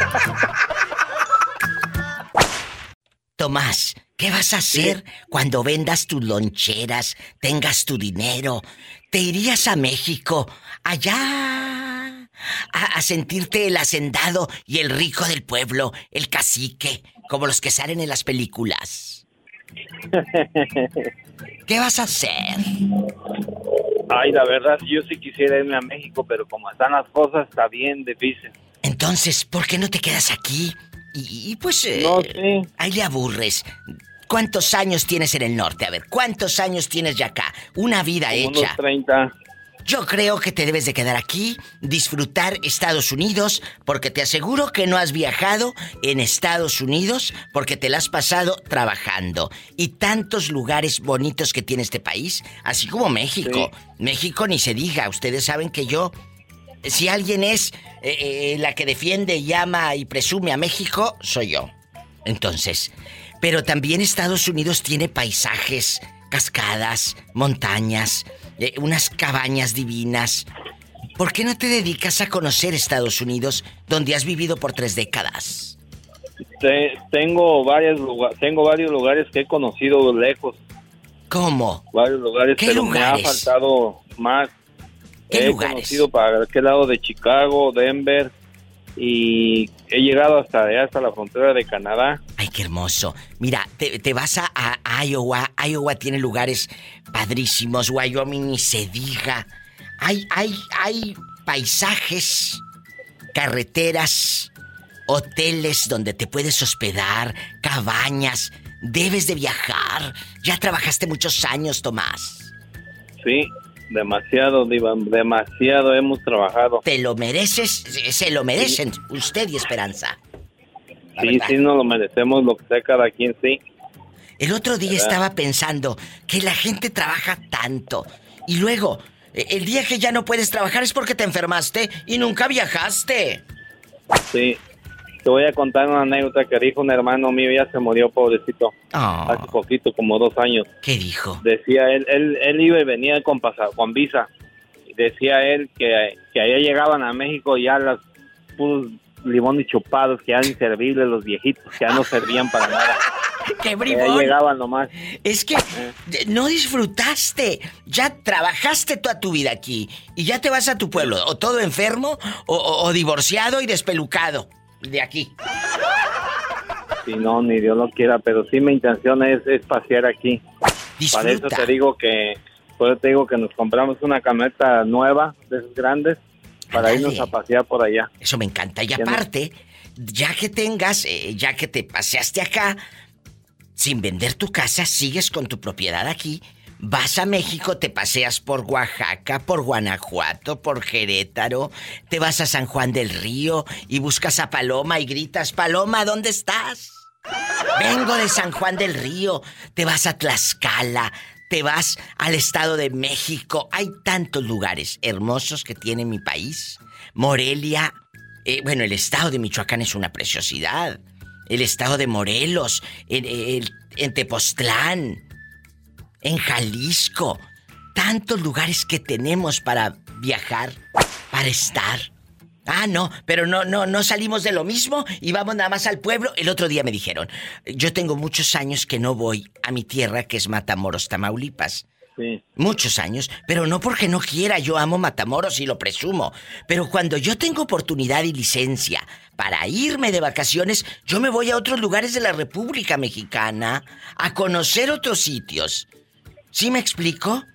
S2: Tomás, ¿qué vas a hacer cuando vendas tus loncheras, tengas tu dinero? ¿Te irías a México, allá, a sentirte el hacendado y el rico del pueblo, el cacique, como los que salen en las películas? ¿Qué vas a hacer?
S14: Ay, la verdad, yo sí quisiera irme a México, pero como están las cosas, está bien difícil.
S2: Entonces, ¿por qué no te quedas aquí? Y pues,
S14: no sé.
S2: Ahí le aburres. ¿Cuántos años tienes en el norte? A ver, ¿cuántos años tienes ya acá? Una vida
S14: como
S2: hecha.
S14: Unos 30.
S2: Yo creo que te debes de quedar aquí, disfrutar Estados Unidos, porque te aseguro que no has viajado en Estados Unidos porque te la has pasado trabajando. Y tantos lugares bonitos que tiene este país, así como México. Sí. México ni se diga, ustedes saben que yo... Si alguien es la que defiende y ama y presume a México, soy yo. Entonces, pero también Estados Unidos tiene paisajes, cascadas, montañas, unas cabañas divinas. ¿Por qué no te dedicas a conocer Estados Unidos, donde has vivido por 3 décadas?
S14: Tengo varios lugares que he conocido lejos.
S2: ¿Cómo?
S14: Varios lugares,
S2: ¿Qué
S14: pero
S2: lugares?
S14: me ha faltado más.
S2: ¿Qué
S14: he
S2: lugares?
S14: Conocido para aquel lado de Chicago, Denver, y he llegado hasta allá, hasta la frontera de Canadá.
S2: Ay, qué hermoso. Mira, te vas a Iowa. Iowa tiene lugares padrísimos. Wyoming ni se diga. Hay paisajes, carreteras, hoteles donde te puedes hospedar, cabañas. Debes de viajar. Ya trabajaste muchos años, Tomás.
S14: Sí. Demasiado, Diva, demasiado hemos trabajado.
S2: Te lo mereces, se lo merecen, sí. Usted y Esperanza.
S14: Sí, sí, nos lo merecemos, lo que sea cada quien, sí.
S2: El otro día estaba pensando que la gente trabaja tanto y luego, el día que ya no puedes trabajar es porque te enfermaste y nunca viajaste.
S14: Sí. Te voy a contar una anécdota que dijo un hermano mío, ya se murió, pobrecito.
S2: Oh.
S14: Hace poquito, como 2 años.
S2: ¿Qué dijo?
S14: Decía él iba y venía con visa. Decía él que allá llegaban a México ya las puros limones chupados, que eran inservibles, los viejitos, que ya no servían para nada.
S2: ¡Qué bribón!
S14: Llegaban nomás.
S2: Es que no disfrutaste. Ya trabajaste toda tu vida aquí y ya te vas a tu pueblo, o todo enfermo, o divorciado y despelucado. De aquí.
S14: Sí, no, ni Dios lo quiera, pero sí mi intención es pasear aquí.
S2: Disfruta.
S14: Para eso te digo que nos compramos una camioneta nueva, de esas grandes, para irnos a pasear por allá.
S2: Eso me encanta. Y aparte, ya que te paseaste acá, sin vender tu casa, sigues con tu propiedad aquí. Vas a México, te paseas por Oaxaca, por Guanajuato, por Querétaro, te vas a San Juan del Río y buscas a Paloma y gritas, Paloma, ¿dónde estás? Vengo de San Juan del Río. Te vas a Tlaxcala, te vas al Estado de México. Hay tantos lugares hermosos que tiene mi país. Morelia, el Estado de Michoacán es una preciosidad. El Estado de Morelos, en Tepoztlán, en Jalisco, tantos lugares que tenemos para viajar, para estar. Ah, no, pero no salimos de lo mismo y vamos nada más al pueblo. El otro día me dijeron, yo tengo muchos años que no voy a mi tierra, que es Matamoros, Tamaulipas.
S14: Sí.
S2: Muchos años, pero no porque no quiera, yo amo Matamoros y lo presumo. Pero cuando yo tengo oportunidad y licencia para irme de vacaciones, yo me voy a otros lugares de la República Mexicana a conocer otros sitios. ¿Sí me explico?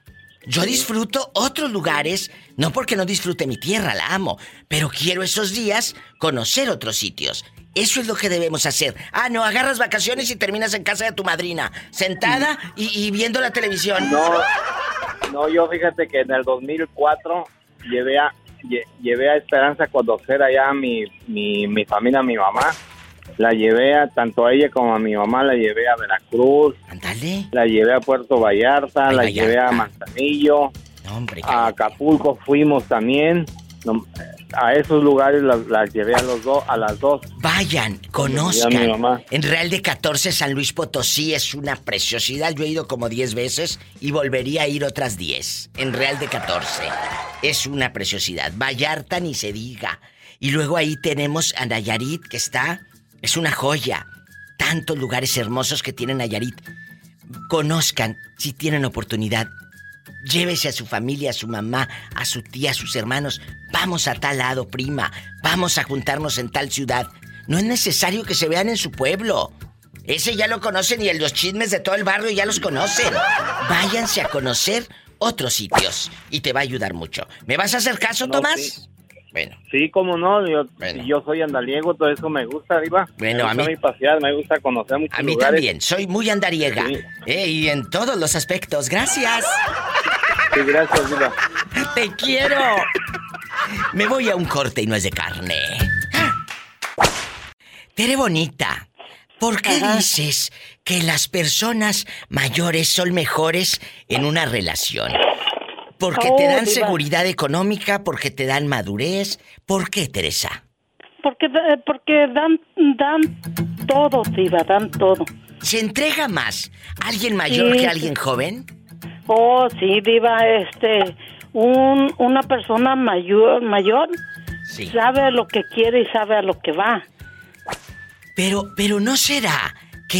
S2: Yo disfruto otros lugares, no porque no disfrute mi tierra, la amo, pero quiero esos días conocer otros sitios. Eso es lo que debemos hacer. Ah, no, agarras vacaciones y terminas en casa de tu madrina, sentada y viendo la televisión.
S14: No, yo fíjate que en el 2004 llevé a Esperanza a conocer allá a mi familia, a mi mamá. La llevé tanto a ella como a mi mamá, la llevé a Veracruz.
S2: Ándale.
S14: La llevé a Puerto Vallarta, la llevé a Manzanillo.
S2: Hombre,
S14: a Acapulco fuimos también. A esos lugares las llevé a las dos.
S2: Vayan, conozcan. En Real de 14, San Luis Potosí es una preciosidad. Yo he ido como 10 veces y volvería a ir otras 10. En Real de 14 es una preciosidad. Vallarta ni se diga. Y luego ahí tenemos a Nayarit, que es una joya. Tantos lugares hermosos que tiene Nayarit. Conozcan, si tienen oportunidad. Llévese a su familia, a su mamá, a su tía, a sus hermanos. Vamos a tal lado, prima. Vamos a juntarnos en tal ciudad. No es necesario que se vean en su pueblo. Ese ya lo conocen y los chismes de todo el barrio ya los conocen. Váyanse a conocer otros sitios y te va a ayudar mucho. ¿Me vas a hacer caso, Tomás?
S14: Sí.
S2: Bueno.
S14: Sí, cómo no. Yo soy andaliego, todo eso me gusta, Diva.
S2: Bueno,
S14: me gusta pasear, me gusta conocer muchos lugares.
S2: A mí también, soy muy andariega. Sí. Y en todos los aspectos. Gracias.
S14: Sí, gracias, Diva.
S2: Te quiero. Me voy a un corte y no es de carne. Tere bonita, ¿por qué dices que las personas mayores son mejores en una relación? ¿Porque te dan seguridad económica? ¿Porque te dan madurez? ¿Por qué, Teresa?
S8: Porque dan todo, Diva, dan todo.
S2: ¿Se entrega más alguien mayor que alguien joven?
S8: Oh, sí, Diva, una persona mayor sabe a lo que quiere y sabe a lo que va.
S2: Pero ¿no será que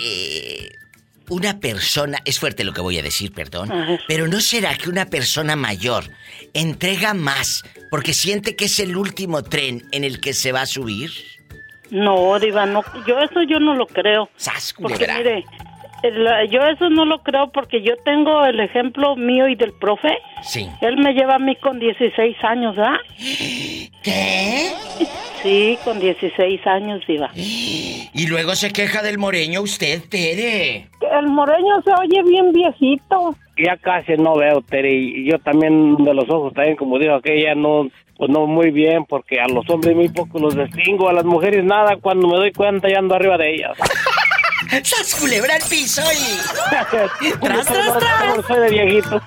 S2: una persona... Es fuerte lo que voy a decir, perdón. Pero ¿no será que una persona mayor entrega más porque siente que es el último tren en el que se va a subir?
S8: No, Diva, no. Yo no lo creo.
S2: ¡Sas,
S8: porque,
S2: culebra!
S8: mire, yo eso no lo creo porque yo tengo el ejemplo mío y del profe.
S2: Sí.
S8: Él me lleva a mí con 16 años, ¿ah?
S2: ¿Qué?
S8: Sí, con 16 años, Diva.
S2: Y luego se queja del moreño usted, Tere.
S8: El moreño se oye bien viejito.
S12: Ya casi no veo, Tere, y yo también de los ojos también, como dijo aquella, no, pues no muy bien, porque a los hombres muy poco los distingo, a las mujeres nada, cuando me doy cuenta ya ando arriba de ellas.
S2: ¡Sas, culebra al piso y... ¡Tras!
S12: Soy de viejito.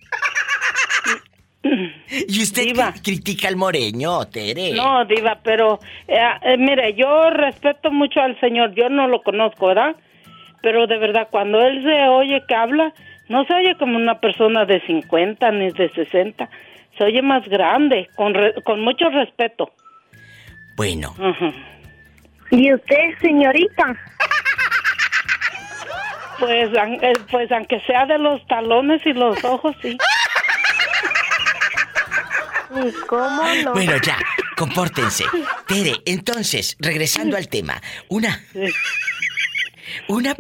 S2: ¿Y usted critica al moreño, Tere?
S8: No, Diva, pero mire, yo respeto mucho al señor, yo no lo conozco, ¿verdad? Pero de verdad, cuando él se oye que habla, no se oye como una persona de 50 ni de 60, se oye más grande, con mucho respeto.
S2: Bueno.
S11: ¿Y usted, señorita?
S8: Pues aunque sea de los talones y los ojos, sí.
S11: ¿Y cómo no?
S2: Bueno, ya, compórtense. Tere, entonces, regresando al tema, una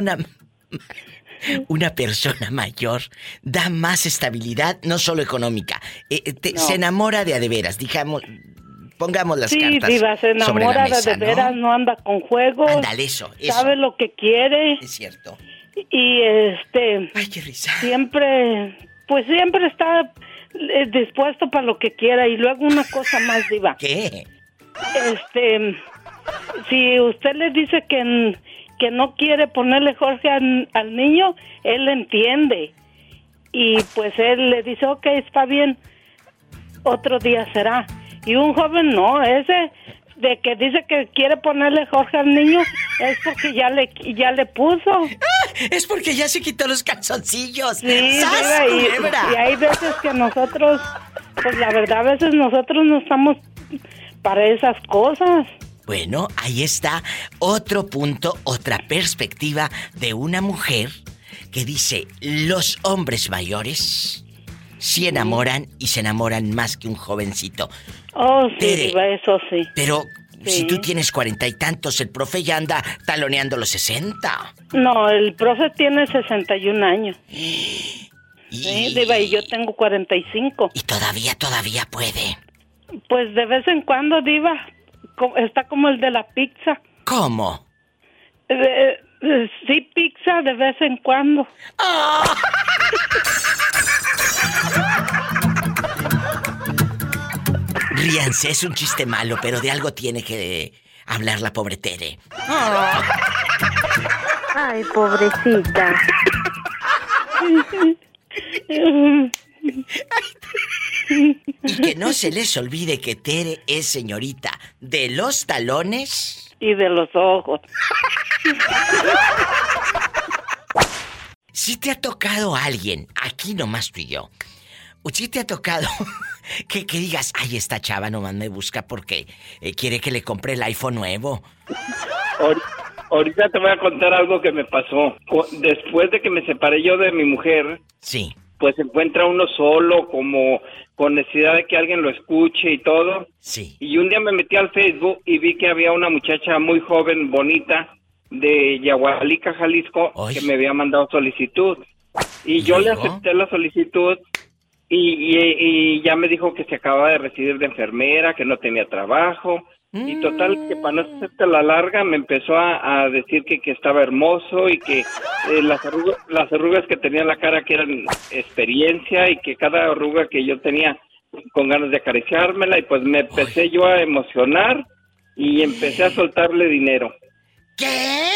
S2: persona mayor da más estabilidad, no solo económica. No. Se enamora de veras, digamos, pongamos las cartas
S8: Diva, se enamora
S2: sobre la mesa,
S8: de veras, ¿no? Anda con juegos.
S2: Ándale, eso.
S8: Sabe lo que quiere.
S2: Es cierto.
S8: Y
S2: ay, qué risa.
S8: Siempre está dispuesto para lo que quiera. Y luego una cosa más, Diva.
S2: ¿Qué?
S8: Si usted le dice que no quiere ponerle Jorge al niño, él entiende. Y pues él le dice, ok, está bien, otro día será. Y un joven no, ese de que dice que quiere ponerle Jorge al niño, es porque ya le puso.
S2: Es porque ya se quitó los calzoncillos.
S8: Sí, ¡sas, y hay veces que nosotros, pues la verdad, a veces nosotros no estamos para esas cosas.
S2: Bueno, ahí está otro punto, otra perspectiva de una mujer que dice, los hombres mayores sí enamoran y se enamoran más que un jovencito.
S8: Oh, sí, Tere, eso sí.
S2: Pero si tú tienes 40 y tantos, el profe ya anda taloneando los 60.
S8: No, el profe tiene 61 años. Sí, Diva, y yo tengo 45.
S2: ¿Y todavía puede?
S8: Pues de vez en cuando, Diva. Está como el de la pizza.
S2: ¿Cómo?
S8: Sí, pizza de vez en cuando. ¡Oh!
S2: Ríanse, es un chiste malo, pero de algo tiene que hablar la pobre Tere. Oh.
S11: Ay, pobrecita.
S2: Y que no se les olvide que Tere es señorita de los talones
S8: y de los ojos.
S2: Si te ha tocado alguien, aquí nomás tú y yo, si te ha tocado que digas, ay, esta chava nomás me busca porque quiere que le compre el iPhone nuevo.
S12: Ahorita te voy a contar algo que me pasó. Después de que me separé yo de mi mujer,
S2: sí,
S12: pues se encuentra uno solo, como con necesidad de que alguien lo escuche y todo.
S2: Sí.
S12: Y un día me metí al Facebook y vi que había una muchacha muy joven, bonita, de Yagualica, Jalisco, que me había mandado solicitud. Y yo le acepté la solicitud y ya me dijo que se acababa de recibir de enfermera, que no tenía trabajo. Y total, que para no hacerte la larga, me empezó a decir que estaba hermoso y que las arrugas que tenía en la cara que eran experiencia y que cada arruga que yo tenía con ganas de acariciármela, y pues me empecé yo a emocionar y empecé a soltarle dinero.
S2: ¿Qué?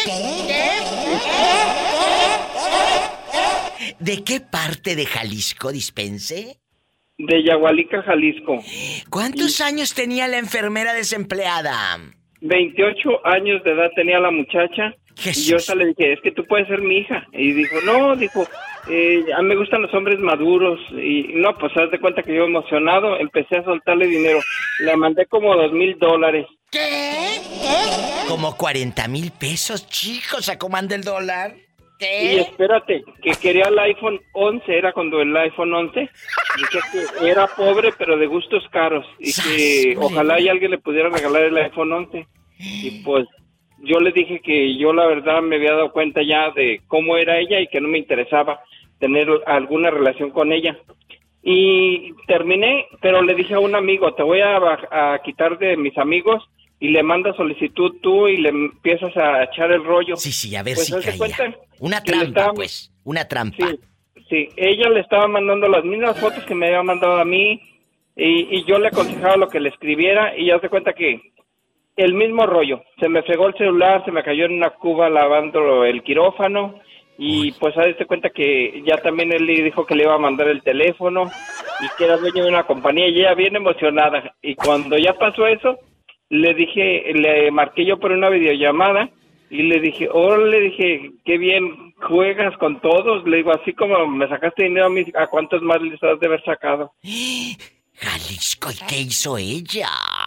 S2: ¿De qué parte de Jalisco, dispense?
S12: De Yagualica, Jalisco.
S2: ¿Cuántos años tenía la enfermera desempleada?
S12: 28 años de edad tenía la muchacha. Jesús. Y yo hasta le dije, es que tú puedes ser mi hija. Y dijo, no, a mí me gustan los hombres maduros. Y no, pues haz de cuenta que yo emocionado empecé a soltarle dinero. Le mandé como $2,000.
S2: ¿Qué? Como 40,000 pesos, chicos, ¿a cómo anda el dólar? ¿Qué?
S12: Y espérate, que quería el iPhone 11, era cuando el iPhone 11, dije que era pobre pero de gustos caros y que ojalá y alguien le pudiera regalar el iPhone 11. Y pues yo le dije que yo la verdad me había dado cuenta ya de cómo era ella y que no me interesaba tener alguna relación con ella. Y terminé, pero le dije a un amigo, te voy a quitar de mis amigos, y le mandas solicitud tú y le empiezas a echar el rollo.
S2: Sí, a ver
S12: pues
S2: si caía. Una trampa, una trampa.
S12: Sí, ella le estaba mandando las mismas fotos que me había mandado a mí y yo le aconsejaba lo que le escribiera y ya se cuenta que el mismo rollo. Se me fregó el celular, se me cayó en una cuba lavando el quirófano y pues a se cuenta que ya también él le dijo que le iba a mandar el teléfono y que era dueño de una compañía y ella bien emocionada. Y cuando ya pasó eso, le marqué yo por una videollamada y le dije, qué bien juegas con todos. Le digo, así como me sacaste dinero a mí, ¿a cuántos más les has de haber sacado?
S2: Jalisco, ¿y qué hizo ella?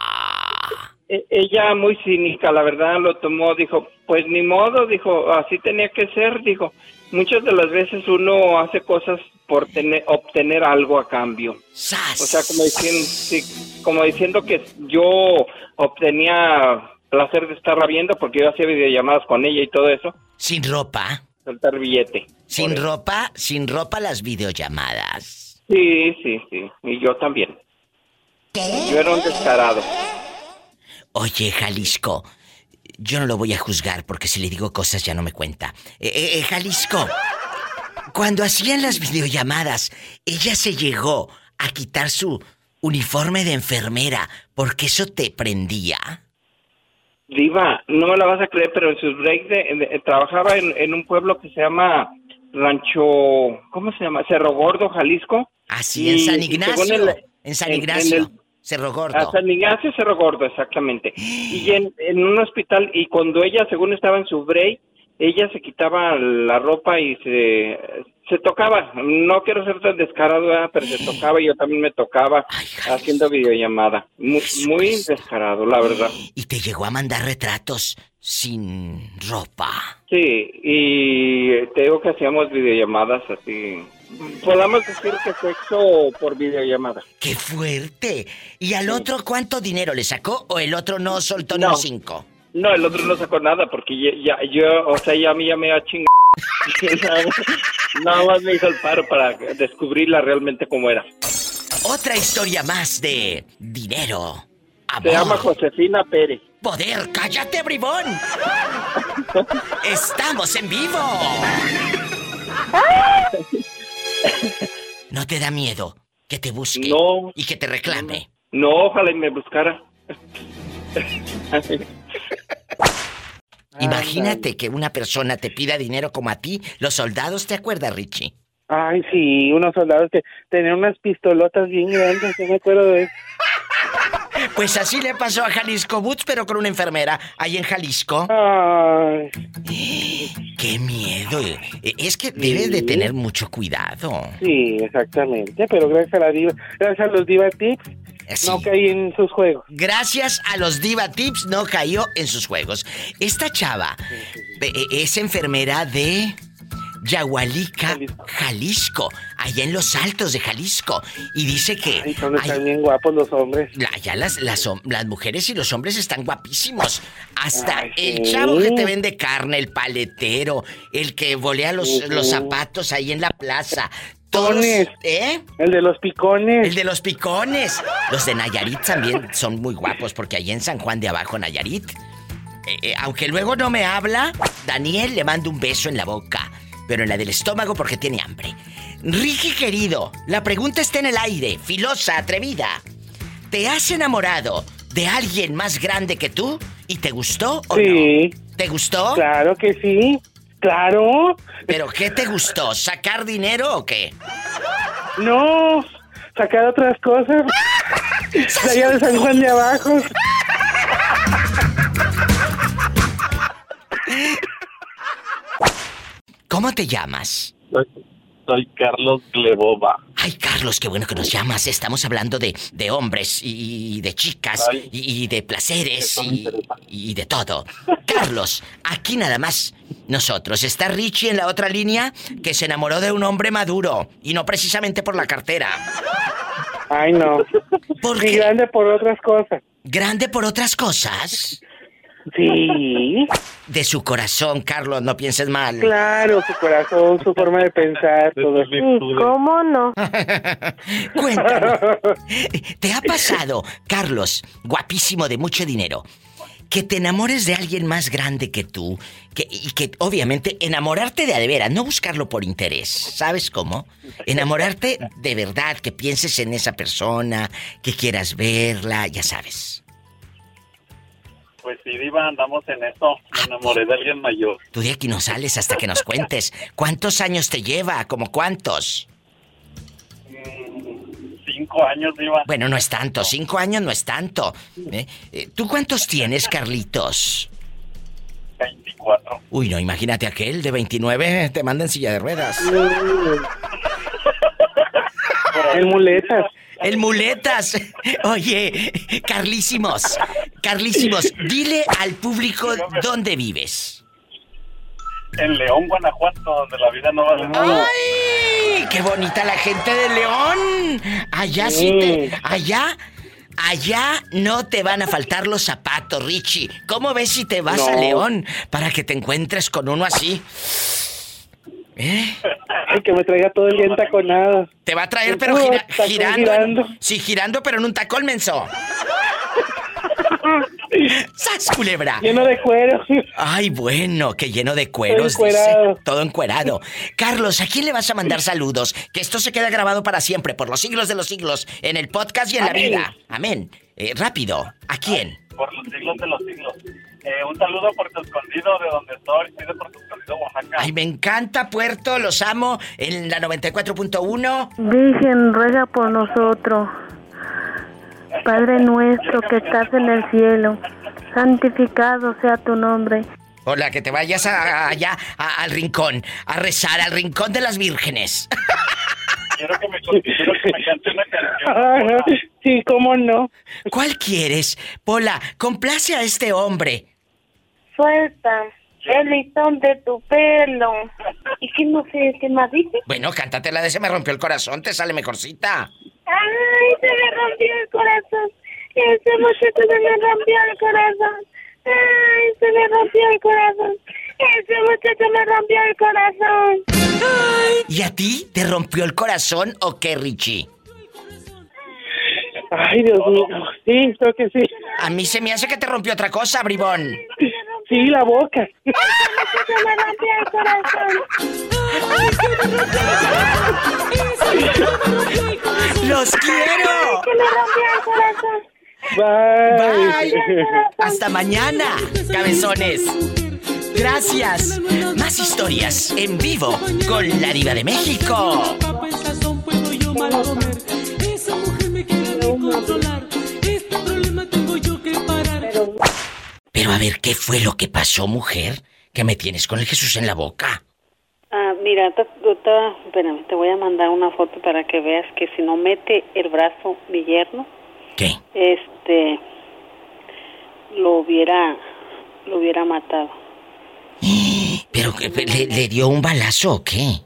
S12: Ella muy cínica, la verdad, lo tomó, dijo, pues ni modo, dijo, así tenía que ser, dijo. Muchas de las veces uno hace cosas por obtener algo a cambio.
S2: ¡Sas!
S12: O sea, como diciendo que yo obtenía placer de estarla viendo porque yo hacía videollamadas con ella y todo eso.
S2: ¿Sin ropa?
S12: Soltar billete.
S2: ¿Sin ropa las videollamadas?
S12: Sí, y yo también. Yo era un descarado.
S2: Oye, Jalisco, yo no lo voy a juzgar porque si le digo cosas ya no me cuenta. Jalisco, cuando hacían las videollamadas, ella se llegó a quitar su uniforme de enfermera porque eso te prendía.
S12: Diva, no me la vas a creer, pero en sus breaks trabajaba en un pueblo que se llama Rancho, ¿cómo se llama? Cerro Gordo, Jalisco.
S2: Así, en San Ignacio. En San Ignacio. Cerro Gordo.
S12: A San Ignacio, Cerro Gordo, exactamente. Y en un hospital, y cuando ella, según estaba en su break, ella se quitaba la ropa y se tocaba. No quiero ser tan descarado, pero se tocaba y yo también me tocaba haciendo videollamada. Muy descarado, la verdad.
S2: ¿Y te llegó a mandar retratos sin ropa?
S12: Sí, y te digo que hacíamos videollamadas así. Podemos decir que sexo por videollamada.
S2: ¡Qué fuerte! ¿Y al otro cuánto dinero le sacó o el otro no soltó ni 5?
S13: No, el otro no sacó nada porque a mí ya me ha chingado. Nada más me hizo el paro para descubrirla realmente cómo era.
S2: Otra historia más de dinero, amor.
S13: Se llama Josefina Pérez.
S2: Poder, cállate, bribón. Estamos en vivo. ¿No te da miedo que te busque y que te reclame?
S13: No, ojalá y me buscara.
S2: Imagínate que una persona te pida dinero como a ti. Los soldados, ¿te acuerdas, Richie?
S15: Ay, sí, unos soldados que tenían unas pistolotas bien grandes, yo me acuerdo de eso.
S2: Pues así le pasó a Jalisco Boots, pero con una enfermera ahí en Jalisco.
S15: Ay.
S2: ¡Qué miedo! Es que debes de tener mucho cuidado.
S15: Sí, exactamente, pero gracias a los Diva Tips, no caí en sus juegos.
S2: Gracias a los Diva Tips no cayó en sus juegos. Esta chava es enfermera de Yahualica, Jalisco, allá en los Altos de Jalisco. Y dice que...
S15: Ay, están bien guapos los hombres.
S2: Allá las mujeres y los hombres están guapísimos. Hasta el chavo que te vende carne, el paletero, el que volea los zapatos ahí en la plaza. Todos,
S15: El de los picones.
S2: El de los picones. Los de Nayarit también son muy guapos porque allá en San Juan de Abajo, Nayarit. Aunque luego no me habla, Daniel le manda un beso en la boca. Pero en la del estómago porque tiene hambre. Ricky querido, la pregunta está en el aire, filosa, atrevida. ¿Te has enamorado de alguien más grande que tú? ¿Y te gustó o no? ¿Te gustó?
S15: Claro que sí, claro.
S2: ¿Pero qué te gustó? ¿Sacar dinero o qué?
S15: No, sacar otras cosas. De allá de San Juan de Abajo.
S2: ¿Cómo te llamas?
S16: Soy Carlos Glebova.
S2: Ay, Carlos, qué bueno que nos llamas. Estamos hablando de hombres y de chicas y de placeres y de todo. Carlos, aquí nada más nosotros. Está Richie en la otra línea que se enamoró de un hombre maduro y no precisamente por la cartera.
S15: Ay, no.
S2: ¿Por qué?
S15: Y grande por otras cosas.
S2: ¿Grande por otras cosas?
S15: Sí.
S2: De su corazón, Carlos, no pienses mal.
S15: Claro, su corazón, su forma de pensar, todo.
S11: ¿Cómo no?
S2: Cuéntame. ¿Te ha pasado, Carlos, guapísimo de mucho dinero, que te enamores de alguien más grande que tú? Y que obviamente enamorarte de veras, no buscarlo por interés, ¿sabes cómo? Enamorarte de verdad, que pienses en esa persona, que quieras verla, ya sabes.
S16: Pues sí, Diva, andamos en eso. Me enamoré de alguien mayor.
S2: Tú de aquí no sales hasta que nos cuentes. ¿Cuántos años te lleva? ¿Cómo cuántos?
S16: 5 años, Diva.
S2: Bueno, no es tanto. 5 años no es tanto. ¿Tú cuántos tienes, Carlitos?
S16: 24.
S2: Uy, no, imagínate aquel de 29 te manda en silla de ruedas.
S15: El muletas.
S2: El muletas. Oye, Carlísimos, dile al público dónde vives.
S16: En León, Guanajuato, donde la vida no vale nada.
S2: ¡Ay! ¡Qué bonita la gente de León! Allá allá no te van a faltar los zapatos, Richie. ¿Cómo ves si te vas a León para que te encuentres con uno así?
S15: Ay, que me traiga todo el día entaconado.
S2: Te va a traer, pero girando. Sí, girando, pero en un tacón, menso. ¡Sas, culebra!
S15: Lleno de cuero.
S2: Ay, bueno, que lleno de cueros, dice. Todo encuerado. Carlos, ¿a quién le vas a mandar saludos? Que esto se queda grabado para siempre, por los siglos de los siglos, en el podcast y en la vida. Amén. Rápido, ¿a quién?
S16: Por los siglos de los siglos. Un saludo a Puerto Escondido, de donde estoy de Puerto Escondido, Oaxaca.
S2: Ay, me encanta Puerto, los amo, en la 94.1.
S11: Virgen, ruega por nosotros. Padre nuestro que estás en el cielo, santificado sea tu nombre.
S2: Hola, que te vayas allá al rincón, a rezar, al rincón de las vírgenes.
S16: Quiero que me cante una canción.
S15: Sí, cómo no.
S2: ¿Cuál quieres? Pola, complace a este hombre.
S11: Suelta el listón de tu pelo. ¿Y qué no sé qué más dice?
S2: Bueno, cántatela de Se me rompió el corazón, te sale mejorcita.
S11: Ay, se me rompió el corazón. Ese muchacho se me rompió el corazón. Ay, se me rompió el corazón. Ese muchacho me rompió el corazón.
S2: ¿Y a ti te rompió el corazón o qué, Richie?
S15: Ay, Dios mío. Sí, creo que sí.
S2: A mí se me hace que te rompió otra cosa, bribón.
S15: Sí, la boca.
S11: Se me rompió el corazón.
S2: ¡Los quiero!
S11: Se me rompió el corazón.
S2: Bye. Hasta mañana, cabezones. Gracias. Más historias en vivo con la Diva de México. Pero a ver, ¿qué fue lo que pasó, mujer? Que me tienes con el Jesús en la boca.
S17: Mira, espérame, te voy a mandar una foto para que veas que si no mete el brazo mi yerno,
S2: ¿qué?
S17: Lo hubiera matado.
S2: ¿Pero le dio un balazo o qué?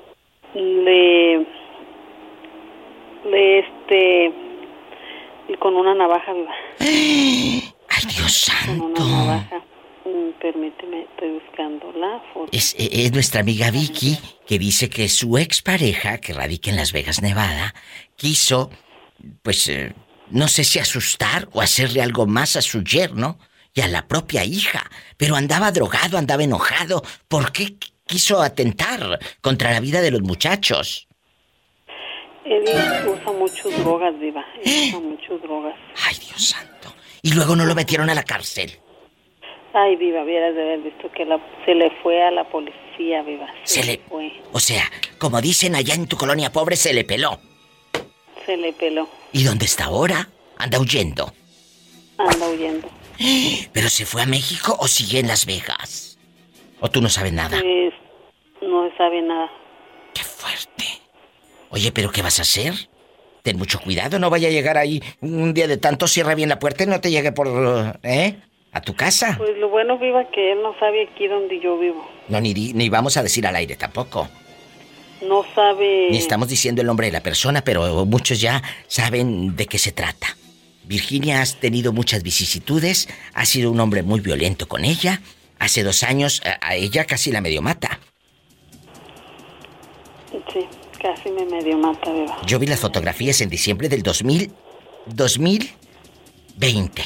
S17: Con una navaja.
S2: ¡Ay, Dios santo!
S17: Con una navaja. Permíteme, estoy buscando la foto.
S2: Es nuestra amiga Vicky, que dice que su expareja, que radica en Las Vegas, Nevada, quiso, pues, no sé si asustar o hacerle algo más a su yerno y a la propia hija. Pero andaba drogado, andaba enojado. ¿Por qué quiso atentar contra la vida de los muchachos?
S17: Él usa muchas drogas, Diva. Usa muchas drogas.
S2: Ay, Dios santo. Y luego no lo metieron a la cárcel.
S17: Ay, Viva, vieras de haber visto que se le fue a la policía, Viva. Se le fue.
S2: O sea, como dicen allá en tu colonia pobre, se le peló.
S17: Se le peló.
S2: ¿Y dónde está ahora? Anda huyendo.
S17: Anda huyendo.
S2: ¿Pero se fue a México o sigue en Las Vegas? ¿O tú no sabes nada?
S17: Pues no se sabe nada.
S2: ¡Qué fuerte! Oye, ¿pero qué vas a hacer? Ten mucho cuidado, no vaya a llegar ahí un día de tanto, cierra bien la puerta y no te llegue por... ¿A tu casa?
S17: Pues lo bueno, Viva, que él no sabe aquí donde yo vivo.
S2: No, ni vamos a decir al aire tampoco.
S17: No sabe...
S2: Ni estamos diciendo el nombre de la persona, pero muchos ya saben de qué se trata. Virginia, has tenido muchas vicisitudes, has sido un hombre muy violento con ella. Hace 2 años a ella casi la medio mata.
S17: Sí, casi me medio mata, Viva.
S2: Yo vi las fotografías en diciembre del 2020.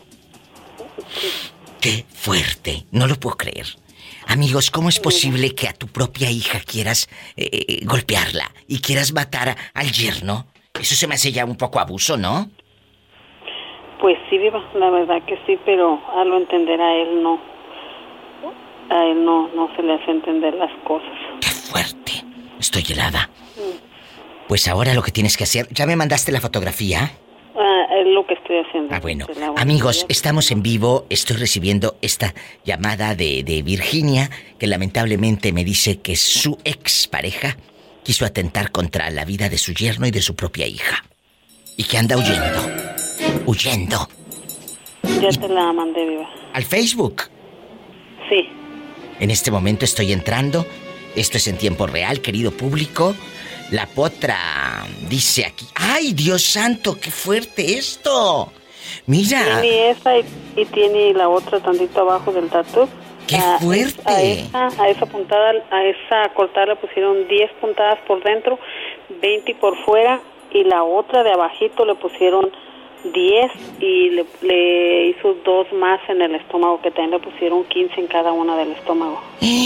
S2: ¡Qué fuerte! No lo puedo creer. Amigos, ¿cómo es posible que a tu propia hija quieras golpearla y quieras matar al yerno? Eso se me hace ya un poco abuso, ¿no?
S17: Pues sí, Viva, la verdad que sí, pero a lo entender a él no. A él no se le hace entender las cosas.
S2: ¡Qué fuerte! Estoy helada. Pues ahora lo que tienes que hacer... ¿Ya me mandaste la fotografía?
S17: Es lo que estoy haciendo.
S2: Bueno, amigos, estamos en vivo. Estoy recibiendo esta llamada de Virginia, que lamentablemente me dice que su expareja quiso atentar contra la vida de su yerno y de su propia hija. Y que anda huyendo.
S17: Ya te la mandé, Viva.
S2: ¿Al Facebook?
S17: Sí.
S2: En este momento estoy entrando. Esto es en tiempo real, querido público. La potra dice aquí... ¡Ay, Dios santo! ¡Qué fuerte esto! Mira.
S17: Tiene esa y tiene la otra tantito abajo del tatu.
S2: ¡Qué fuerte!
S17: A esa puntada, a esa cortada le pusieron 10 puntadas por dentro, 20 por fuera. Y la otra de abajito le pusieron 10 y le hizo 2 más en el estómago, que también le pusieron 15 en cada una del estómago.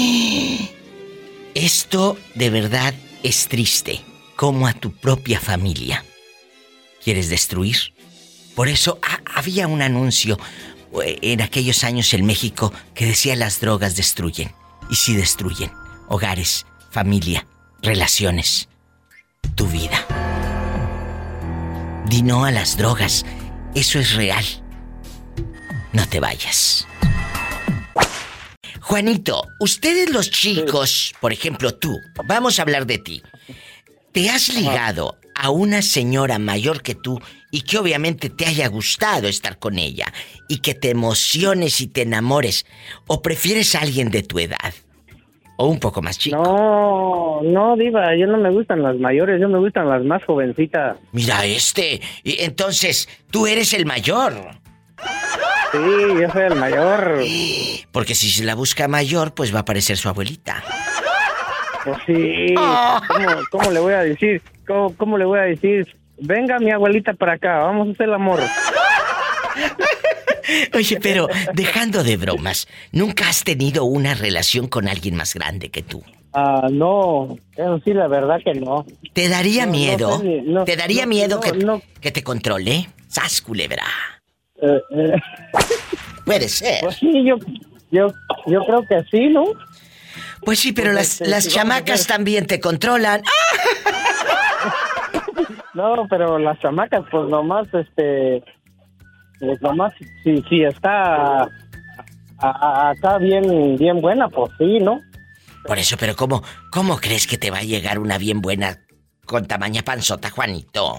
S2: Esto de verdad es triste, como a tu propia familia quieres destruir. Por eso había un anuncio en aquellos años en México que decía: las drogas destruyen. Y sí destruyen hogares, familia, relaciones, tu vida. Di no a las drogas, eso es real. No te vayas. Juanito, ustedes los chicos, por ejemplo tú, vamos a hablar de ti. ¿Te has ligado a una señora mayor que tú y que obviamente te haya gustado estar con ella y que te emociones y te enamores? ¿O prefieres a alguien de tu edad? ¿O un poco más chico?
S6: No, Diva, yo no me gustan las mayores, yo me gustan las más jovencitas.
S2: Mira entonces, tú eres el mayor.
S15: Sí, yo soy el mayor.
S2: Porque si se la busca mayor, pues va a aparecer su abuelita.
S15: Pues sí. ¿Cómo le voy a decir? ¿Cómo le voy a decir? Venga, mi abuelita para acá, vamos a hacer el amor.
S2: Oye, pero dejando de bromas, ¿nunca has tenido una relación con alguien más grande que tú?
S15: No, eso sí, la verdad que no.
S2: ¿Te daría miedo? ¿Te daría miedo que te controle? ¡Sas, culebra! Puede ser.
S15: Pues sí, yo creo que sí, ¿no?
S2: Pues sí, pero
S15: pues
S2: las chamacas también te controlan.
S15: No, pero las chamacas, pues nomás, pues nomás, si está acá bien buena, pues sí, ¿no?
S2: Por eso, pero ¿cómo crees que te va a llegar una bien buena con tamaña panzota, Juanito?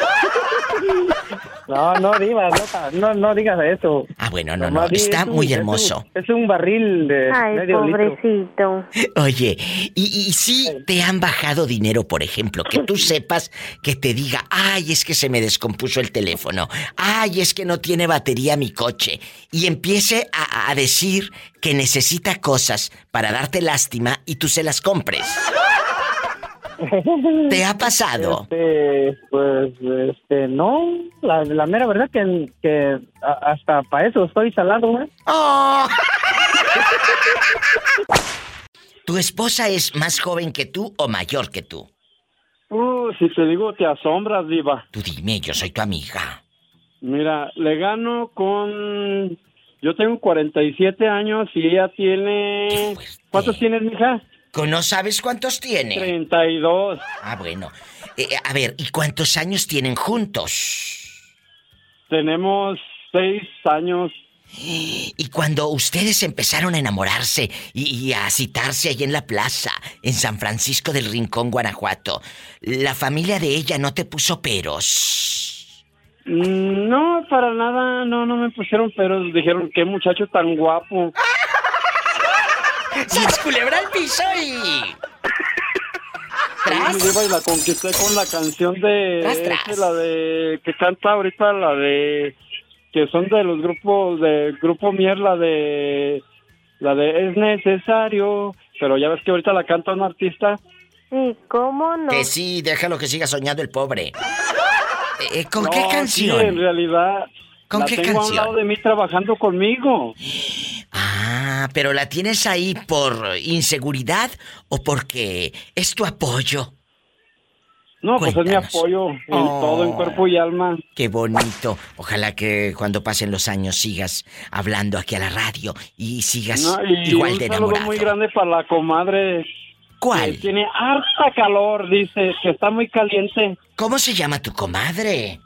S15: No, Diva, no digas eso.
S2: Ah, bueno, no, está muy hermoso.
S15: Es un barril de medio
S11: pobrecito.
S15: litro.
S2: Oye, y si te han bajado dinero, por ejemplo, que tú sepas que te diga, ay, es que se me descompuso el teléfono, ay, es que no tiene batería mi coche, y empiece a decir que necesita cosas para darte lástima y tú se las compres. ¿Te ha pasado?
S15: No, la mera verdad que hasta para eso estoy salado, ¿eh?
S2: Oh. ¿Tu esposa es más joven que tú o mayor que tú?
S18: Si te digo, te asombras, Diva.
S2: Tú dime, yo soy tu amiga.
S18: Mira, le gano con... Yo tengo 47 años y ella tiene... ¿Cuántos tienes, mija?
S2: ¿No sabes cuántos tiene?
S18: 32.
S2: Ah, bueno. A ver, ¿y cuántos años tienen juntos?
S18: Tenemos 6 años.
S2: Y cuando ustedes empezaron a enamorarse y a citarse ahí en la plaza, en San Francisco del Rincón, Guanajuato, ¿la familia de ella no te puso peros?
S18: No, para nada, no me pusieron peros. Dijeron, qué muchacho tan guapo.
S2: ¡Sas, culebra al piso y...
S18: ¡Tras! Y la conquisté con la canción de...
S2: ¡Tras!
S18: La de... Que canta ahorita la de... Que son de los grupos... De Grupo Mier, la de... Es necesario... Pero ya ves que ahorita la canta un artista.
S11: Sí, ¿cómo no?
S2: Que sí, déjalo que siga soñando el pobre. ¿Con qué canción?
S18: Sí, en realidad...
S2: ¿Con qué canción?
S18: La tengo a un lado de mí trabajando conmigo.
S2: Ah, pero ¿la tienes ahí por inseguridad o porque es tu apoyo?
S18: No, pues es mi apoyo en todo, en cuerpo y alma.
S2: Qué bonito. Ojalá que cuando pasen los años sigas hablando aquí a la radio y sigas igual de enamorado.
S18: Un saludo muy grande para la comadre.
S2: ¿Cuál?
S18: Que tiene harta calor, dice, que está muy caliente.
S2: ¿Cómo se llama tu comadre?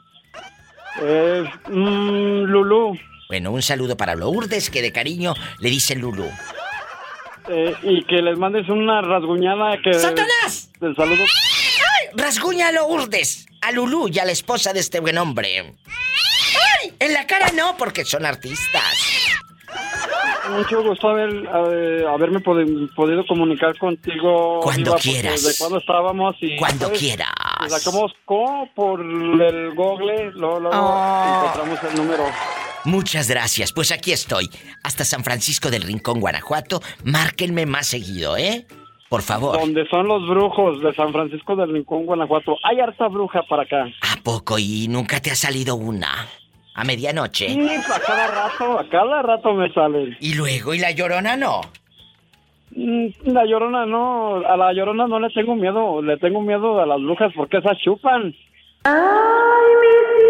S18: Lulú.
S2: Bueno, un saludo para Lourdes, que de cariño le dicen Lulú.
S18: Y que les mandes una rasguñada que...
S2: ¡Satanás!
S18: Del saludo.
S2: ¡Ay! Rasguña a Lourdes, a Lulú y a la esposa de este buen hombre. ¡Ay! En la cara no, porque son artistas.
S18: Mucho gusto haberme podido comunicar contigo.
S2: Cuando quieras.
S18: Desde cuando estábamos y...
S2: Cuando quieras.
S18: Sacamos por el Google, encontramos el número.
S2: Muchas gracias, pues aquí estoy. Hasta San Francisco del Rincón, Guanajuato. Márquenme más seguido, ¿eh? Por favor.
S18: Donde son los brujos de San Francisco del Rincón, Guanajuato. Hay harta bruja para acá.
S2: ¿A poco? ¿Y nunca te ha salido una? ¿A medianoche?
S18: Sí, a cada rato me salen.
S2: ¿Y luego? ¿Y la Llorona no?
S18: La Llorona no. A la Llorona no le tengo miedo. Le tengo miedo a las brujas porque esas chupan.
S11: ¡Ay, mis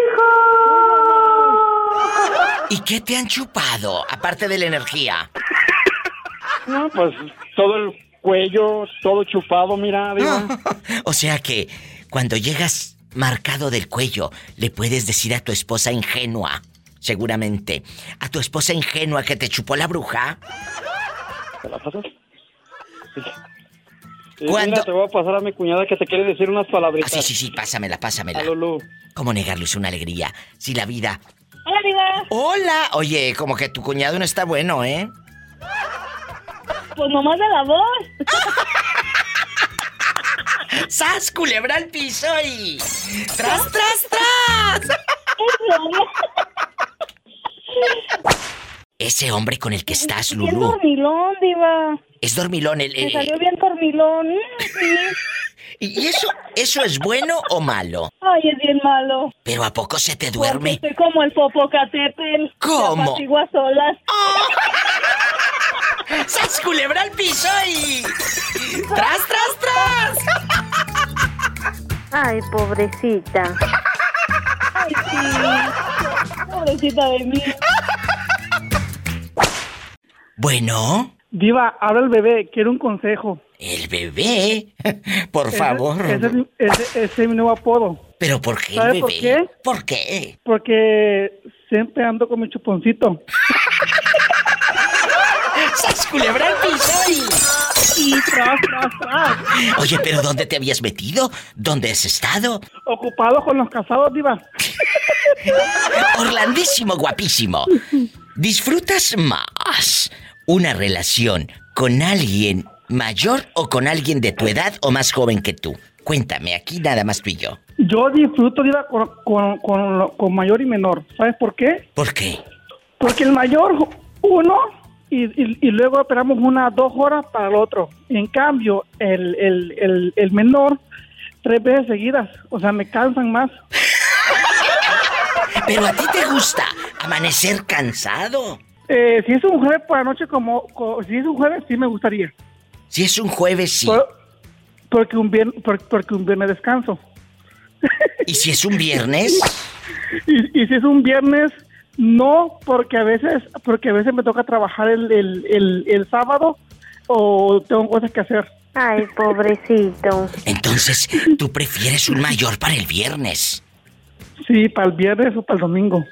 S11: hijos!
S2: ¿Y qué te han chupado, aparte de la energía?
S18: No, pues todo el cuello, todo chupado, mira, digo.
S2: O sea que cuando llegas marcado del cuello, le puedes decir a tu esposa ingenua, seguramente, a tu esposa ingenua que te chupó la bruja.
S18: ¿Te la pasas? Sí, mira, te voy a pasar a mi cuñada que te quiere decir unas palabritas.
S2: Sí, pásamela.
S18: A Lulú.
S2: ¿Cómo negarlo? Es una alegría. Si la vida...
S19: Hola, Diva.
S2: Hola. Oye, como que tu cuñado no está bueno, ¿eh?
S19: Pues nomás de la voz.
S2: ¡Sas, culebra al piso y... ¡Tras! ese hombre con el que estás, Lulú.
S19: Es dormilón, diva.
S2: Es dormilón.
S19: Me salió bien dormilón. Sí.
S2: ¿Y eso es bueno o malo?
S19: Ay, es bien malo.
S2: ¿Pero a poco se te duerme?
S19: Porque estoy como el Popocatépetl.
S2: ¿Cómo?
S19: Me apaciguo a solas.
S2: ¡Oh! ¡Sas culebra al piso y... ¡Tras, tras, tras!
S11: Ay, pobrecita.
S19: Ay, sí. Pobrecita de mí.
S2: Bueno.
S15: Diva, habla el bebé, quiero un consejo.
S2: ¿El bebé? Por favor.
S15: Ese es mi nuevo apodo.
S2: ¿Pero por qué
S15: ¿Sabe
S2: el bebé? ¿Por qué?
S15: Porque siempre ando con mi chuponcito.
S2: ¡Sas culebra al piso
S15: y tras!
S2: Oye, ¿pero dónde te habías metido? ¿Dónde has estado?
S15: Ocupado con los casados, diva.
S2: Orlandísimo, guapísimo. ¿Disfrutas más una relación con alguien mayor o con alguien de tu edad o más joven que tú? Cuéntame, aquí nada más tú y yo.
S15: Yo disfruto, diva, con mayor y menor. ¿Sabes por qué?
S2: ¿Por qué?
S15: Porque el mayor, uno... Y luego esperamos 2 horas para el otro. En cambio, el menor, 3 veces seguidas. O sea, me cansan más.
S2: ¿Pero a ti te gusta amanecer cansado?
S15: Si es un jueves por la noche, si es un jueves, sí me gustaría.
S2: Si es un jueves, sí.
S15: Porque un viernes descanso.
S2: ¿Y si es un viernes?
S15: y si es un viernes... No, porque a veces me toca trabajar el sábado o tengo cosas que hacer.
S11: Ay, pobrecito.
S2: Entonces, ¿tú prefieres un mayor para el viernes?
S15: Sí, para el viernes o para el domingo.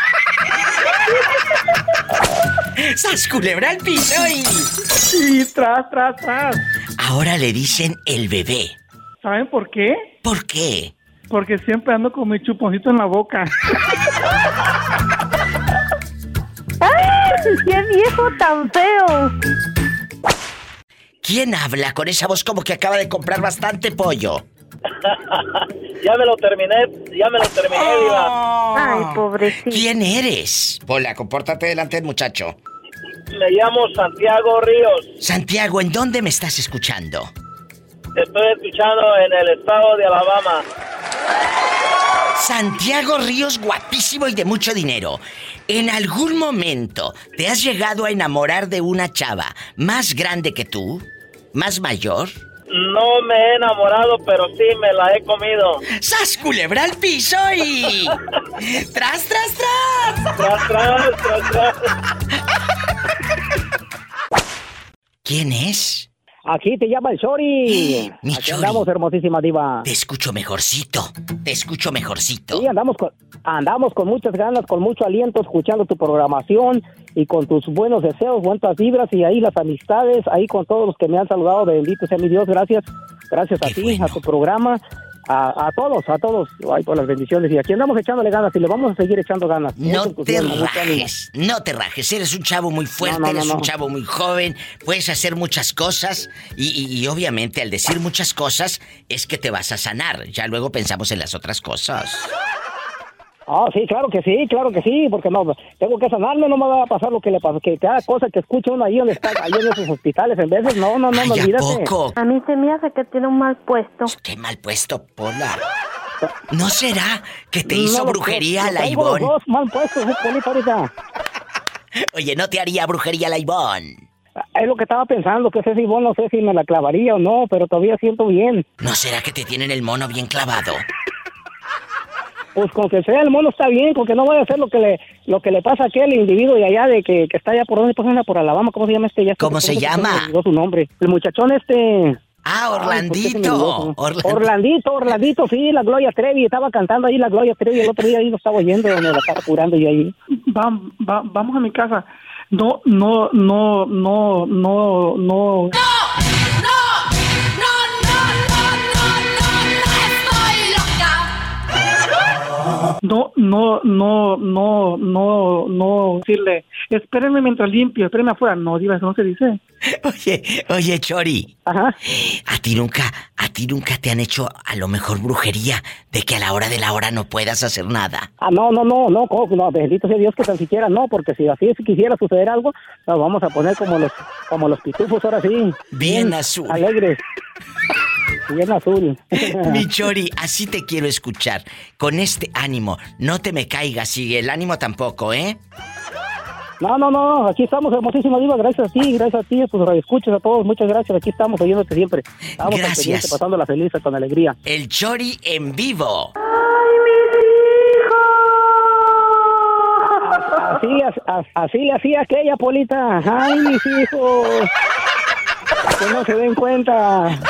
S2: ¡Sas culebra al piso
S15: y tras!
S2: Ahora le dicen el bebé.
S15: ¿Saben por qué?
S2: ¿Por qué?
S15: Porque siempre ando con mi chuponcito en la boca.
S11: ¡Ay! ¡Qué viejo tan feo!
S2: ¿Quién habla con esa voz como que acaba de comprar bastante pollo?
S16: Ya me lo terminé, Diva.
S11: Ay, pobrecito.
S2: ¿Quién eres? Pola, compórtate delante del muchacho.
S16: Me llamo Santiago Ríos.
S2: Santiago, ¿en dónde me estás escuchando?
S16: Te estoy escuchando en el estado de Alabama.
S2: Santiago Ríos, guapísimo y de mucho dinero. ¿En algún momento te has llegado a enamorar de una chava más grande que tú? ¿Más mayor?
S16: No me he enamorado, pero sí me la he comido.
S2: ¡Sas culebra al piso y... ¡Tras, tras, tras!
S16: ¡Tras!
S2: ¿Quién es?
S20: Aquí te llama el Chori.
S2: Mi
S20: Aquí
S2: Chori.
S20: andamos, hermosísima diva.
S2: Te escucho mejorcito.
S20: Sí, andamos con muchas ganas, con mucho aliento, escuchando tu programación y con tus buenos deseos, buenas vibras y ahí las amistades, ahí con todos los que me han saludado. Bendito sea mi Dios, gracias a ti,
S2: bueno.
S20: a tu programa. A todos, ay, por las bendiciones. Y aquí andamos echándole ganas y le vamos a seguir echando ganas.
S2: No te rajes, eres un chavo muy fuerte, eres un chavo muy joven, puedes hacer muchas cosas y obviamente al decir muchas cosas es que te vas a sanar. Ya luego pensamos en las otras cosas.
S20: Sí, claro que sí, porque no, tengo que sanarme, no me va a pasar lo que le pasó, que cada cosa que escucha uno ahí donde está, ahí en esos hospitales, en veces, no, olvídate.
S2: Poco.
S11: A mí se me hace que tiene un mal puesto.
S2: ¿Qué mal puesto, Pola? ¿No será que te hizo brujería la Ivonne?
S20: Los dos mal puestos, ahorita.
S2: Oye, ¿no te haría brujería la Ivonne?
S20: Es lo que estaba pensando, que ese Ivonne no sé si me la clavaría o no, pero todavía siento bien.
S2: ¿No será que te tienen el mono bien clavado?
S20: Pues con que sea el mono está bien, con que no vaya a hacer lo que le pasa a aquel individuo de allá, de que está allá por donde pasa, por Alabama, ¿cómo se llama este?
S2: ¿Cómo se llama?
S20: Me su nombre. El muchachón
S2: Orlandito.
S20: Orlandito, sí, la Gloria Trevi, estaba cantando ahí la Gloria Trevi, el otro día ahí lo estaba oyendo, me la estaba curando yo ahí.
S15: Vamos a mi casa. No. No decirle, espérenme mientras limpio, espérenme afuera. No, Diva, eso no se dice.
S2: Oye, Chori.
S15: Ajá.
S2: A ti nunca te han hecho a lo mejor brujería de que a la hora de la hora no puedas hacer nada.
S20: No, bendito sea Dios que tan siquiera no, porque si así quisiera suceder algo, nos vamos a poner como los pitufos ahora sí.
S2: Bien azul.
S20: Alegres. Bien azul.
S2: Mi Chori, así te quiero escuchar. Con este ánimo, no te me caigas y el ánimo tampoco, ¿eh?
S20: No, aquí estamos, hermosísima Diva, gracias a ti, pues radioescuchas a todos, muchas gracias, aquí estamos oyéndote siempre. Estamos
S2: gracias.
S20: Pasándola feliz, con alegría.
S2: El Chori en vivo.
S20: ¡Ay, mis hijos! Así le hacía aquella, Polita. ¡Ay, mis hijos! Que no se den cuenta.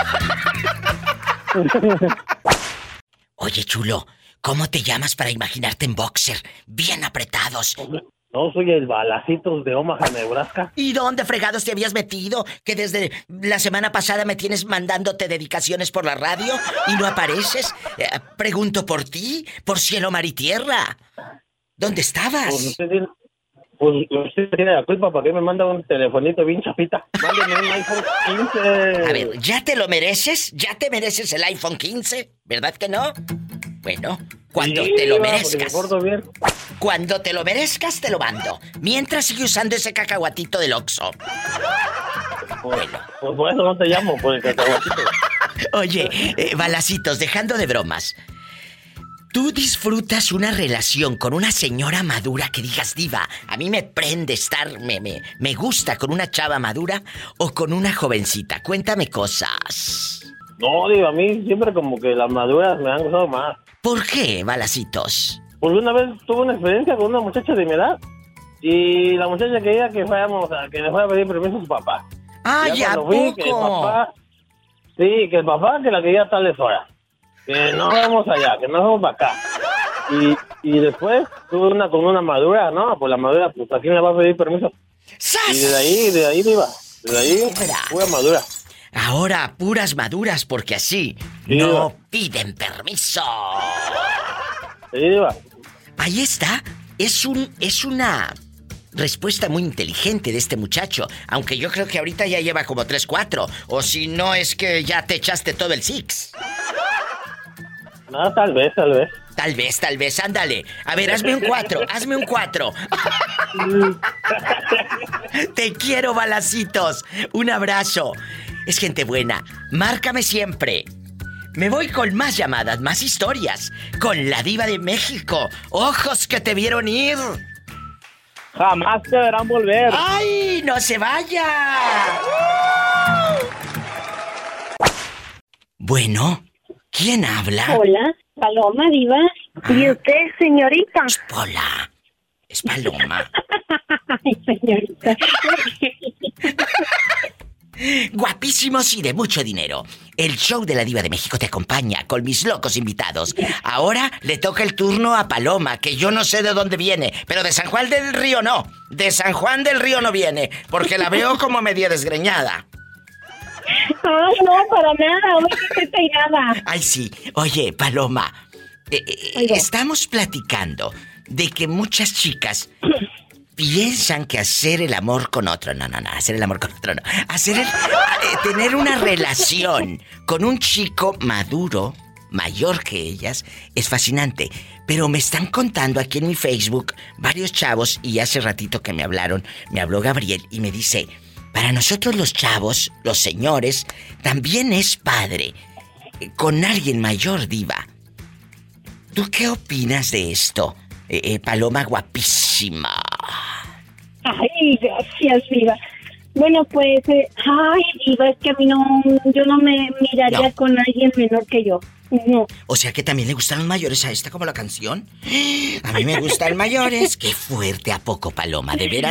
S2: Oye, chulo, ¿cómo te llamas para imaginarte en boxer, bien apretados?
S12: No, soy el Balacitos de Omaha, Nebraska.
S2: ¿Y dónde fregados te habías metido? Que desde la semana pasada me tienes mandándote dedicaciones por la radio y no apareces. Pregunto por ti, por cielo, mar y tierra. ¿Dónde estabas?
S12: Pues usted tiene la culpa, ¿para qué me manda un telefonito bien chapita? Mándeme un iPhone 15.
S2: A ver, ¿ya te lo mereces? ¿Ya te mereces el iPhone 15? ¿Verdad que no? Bueno, cuando te lo merezcas. Cuando te lo merezcas, te lo mando. Mientras sigue usando ese cacahuatito del Oxxo.
S12: Bueno. Pues por eso no te llamo, por el cacahuatito.
S2: Oye, Balacitos, dejando de bromas. ¿Tú disfrutas una relación con una señora madura que digas, Diva, a mí me prende estar, me gusta con una chava madura o con una jovencita? Cuéntame cosas.
S12: No, Diva, a mí siempre como que las maduras me han gustado más.
S2: ¿Por qué, Balacitos?
S12: Pues una vez tuve una experiencia con una muchacha de mi edad y la muchacha quería que fuéramos que le fuera a pedir permiso a su papá.
S2: ¿Ya poco?
S12: Que el papá que la quería a tales horas. Que no vamos allá, que no vamos para acá. Y después tuve una con una madura, ¿no? Pues la madura, pues ¿a quién le va a pedir permiso?
S2: ¡Sas!
S12: Y de ahí iba. Desde ahí, pura madura.
S2: Ahora, puras maduras, porque así
S12: sí,
S2: no piden permiso.
S12: Sí, iba.
S2: Ahí está. Es una respuesta muy inteligente de este muchacho. Aunque yo creo que ahorita ya lleva como 3, 4. O si no es que ya te echaste todo el six.
S12: No, tal vez.
S2: Tal vez, ándale. A ver, hazme un 4. Te quiero, Balacitos. Un abrazo. Es gente buena. Márcame siempre. Me voy con más llamadas, más historias. Con la Diva de México. Ojos que te vieron ir.
S6: Jamás te verán volver.
S2: ¡Ay, no se vaya! Bueno, ¿quién habla?
S19: Hola, Paloma, Diva. ¿Y usted, señorita?
S2: Hola, es Paloma.
S19: Ay, señorita.
S2: Guapísimos y de mucho dinero. El show de la Diva de México te acompaña con mis locos invitados. Ahora le toca el turno a Paloma, que yo no sé de dónde viene, pero de San Juan del Río no. De San Juan del Río no viene, porque la veo como media desgreñada.
S19: Ay, no, para nada, hoy estoy peinada.
S2: Ay, sí. Oye, Paloma, estamos platicando de que muchas chicas piensan que hacer el amor con otro... No, hacer el amor con otro no. Tener una relación con un chico maduro, mayor que ellas, es fascinante. Pero me están contando aquí en mi Facebook varios chavos, y hace ratito que me habló Gabriel y me dice... Para nosotros los chavos, los señores, también es padre con alguien mayor, Diva. ¿Tú qué opinas de esto, Paloma guapísima?
S19: Ay, gracias, Diva. Bueno, pues, Diva, es que a mí yo no me miraría con alguien menor que yo. No.
S2: O sea que también le gustan los mayores a esta como la canción. A mí me gustan mayores. Qué fuerte, ¿a poco, Paloma? ¿De veras?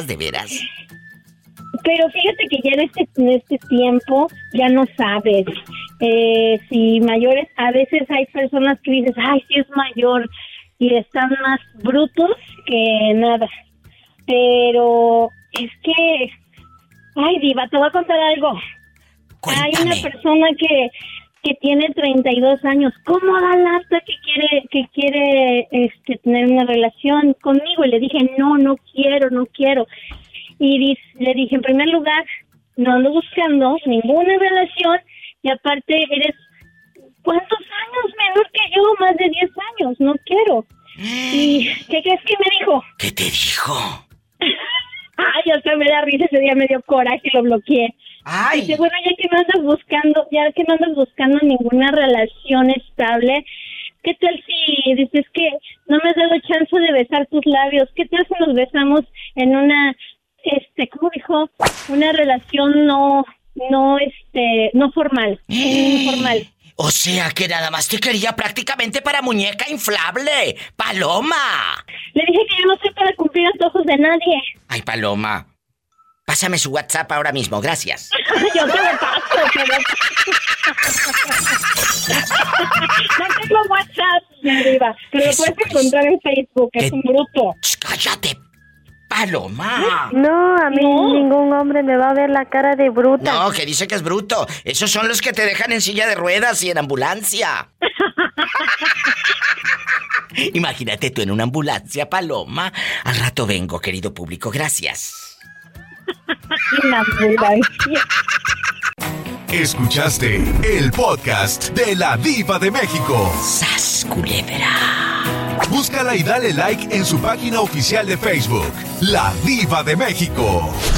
S19: Pero fíjate que ya en este tiempo ya no sabes si mayores, a veces hay personas que dices, ay, sí es mayor y están más brutos que nada. Pero es que, ay, Diva, te voy a contar algo.
S2: Cuéntame.
S19: Hay una persona que que tiene 32 años. ¿Cómo da lata que quiere tener una relación conmigo? Y le dije, no quiero. Y le dije, en primer lugar, no ando buscando ninguna relación, y aparte eres, ¿cuántos años menor que yo? Más de 10 años, no quiero. ¿Y qué crees que me dijo?
S2: ¿Qué te dijo?
S19: Ay, hasta me da risa, ese día me dio coraje y lo bloqueé.
S2: Ay.
S19: Dice, bueno, ya que no andas buscando ninguna relación estable, ¿qué tal si dices que no me has dado chance de besar tus labios? ¿Qué tal si nos besamos en una, ¿cómo dijo? Una relación no formal, informal.
S2: O sea que nada más te quería prácticamente para muñeca inflable, Paloma.
S19: Le dije que yo no soy para cumplir antojos de nadie.
S2: Ay, Paloma. Pásame su WhatsApp ahora mismo, gracias.
S19: Yo te lo paso, pero... No tengo WhatsApp, arriba, pero lo puedes encontrar en Facebook, es un bruto.
S2: ¡Cállate, Paloma!
S11: No, a mí ningún hombre me va a ver la cara de bruta.
S2: No, que dice que es bruto. Esos son los que te dejan en silla de ruedas y en ambulancia. Imagínate tú en una ambulancia, Paloma. Al rato vengo, querido público, gracias.
S19: La ambulancia.
S1: Escuchaste el podcast de La Diva de México.
S2: ¡Sas, culebra!
S1: Búscala y dale like en su página oficial de Facebook, La Diva de México.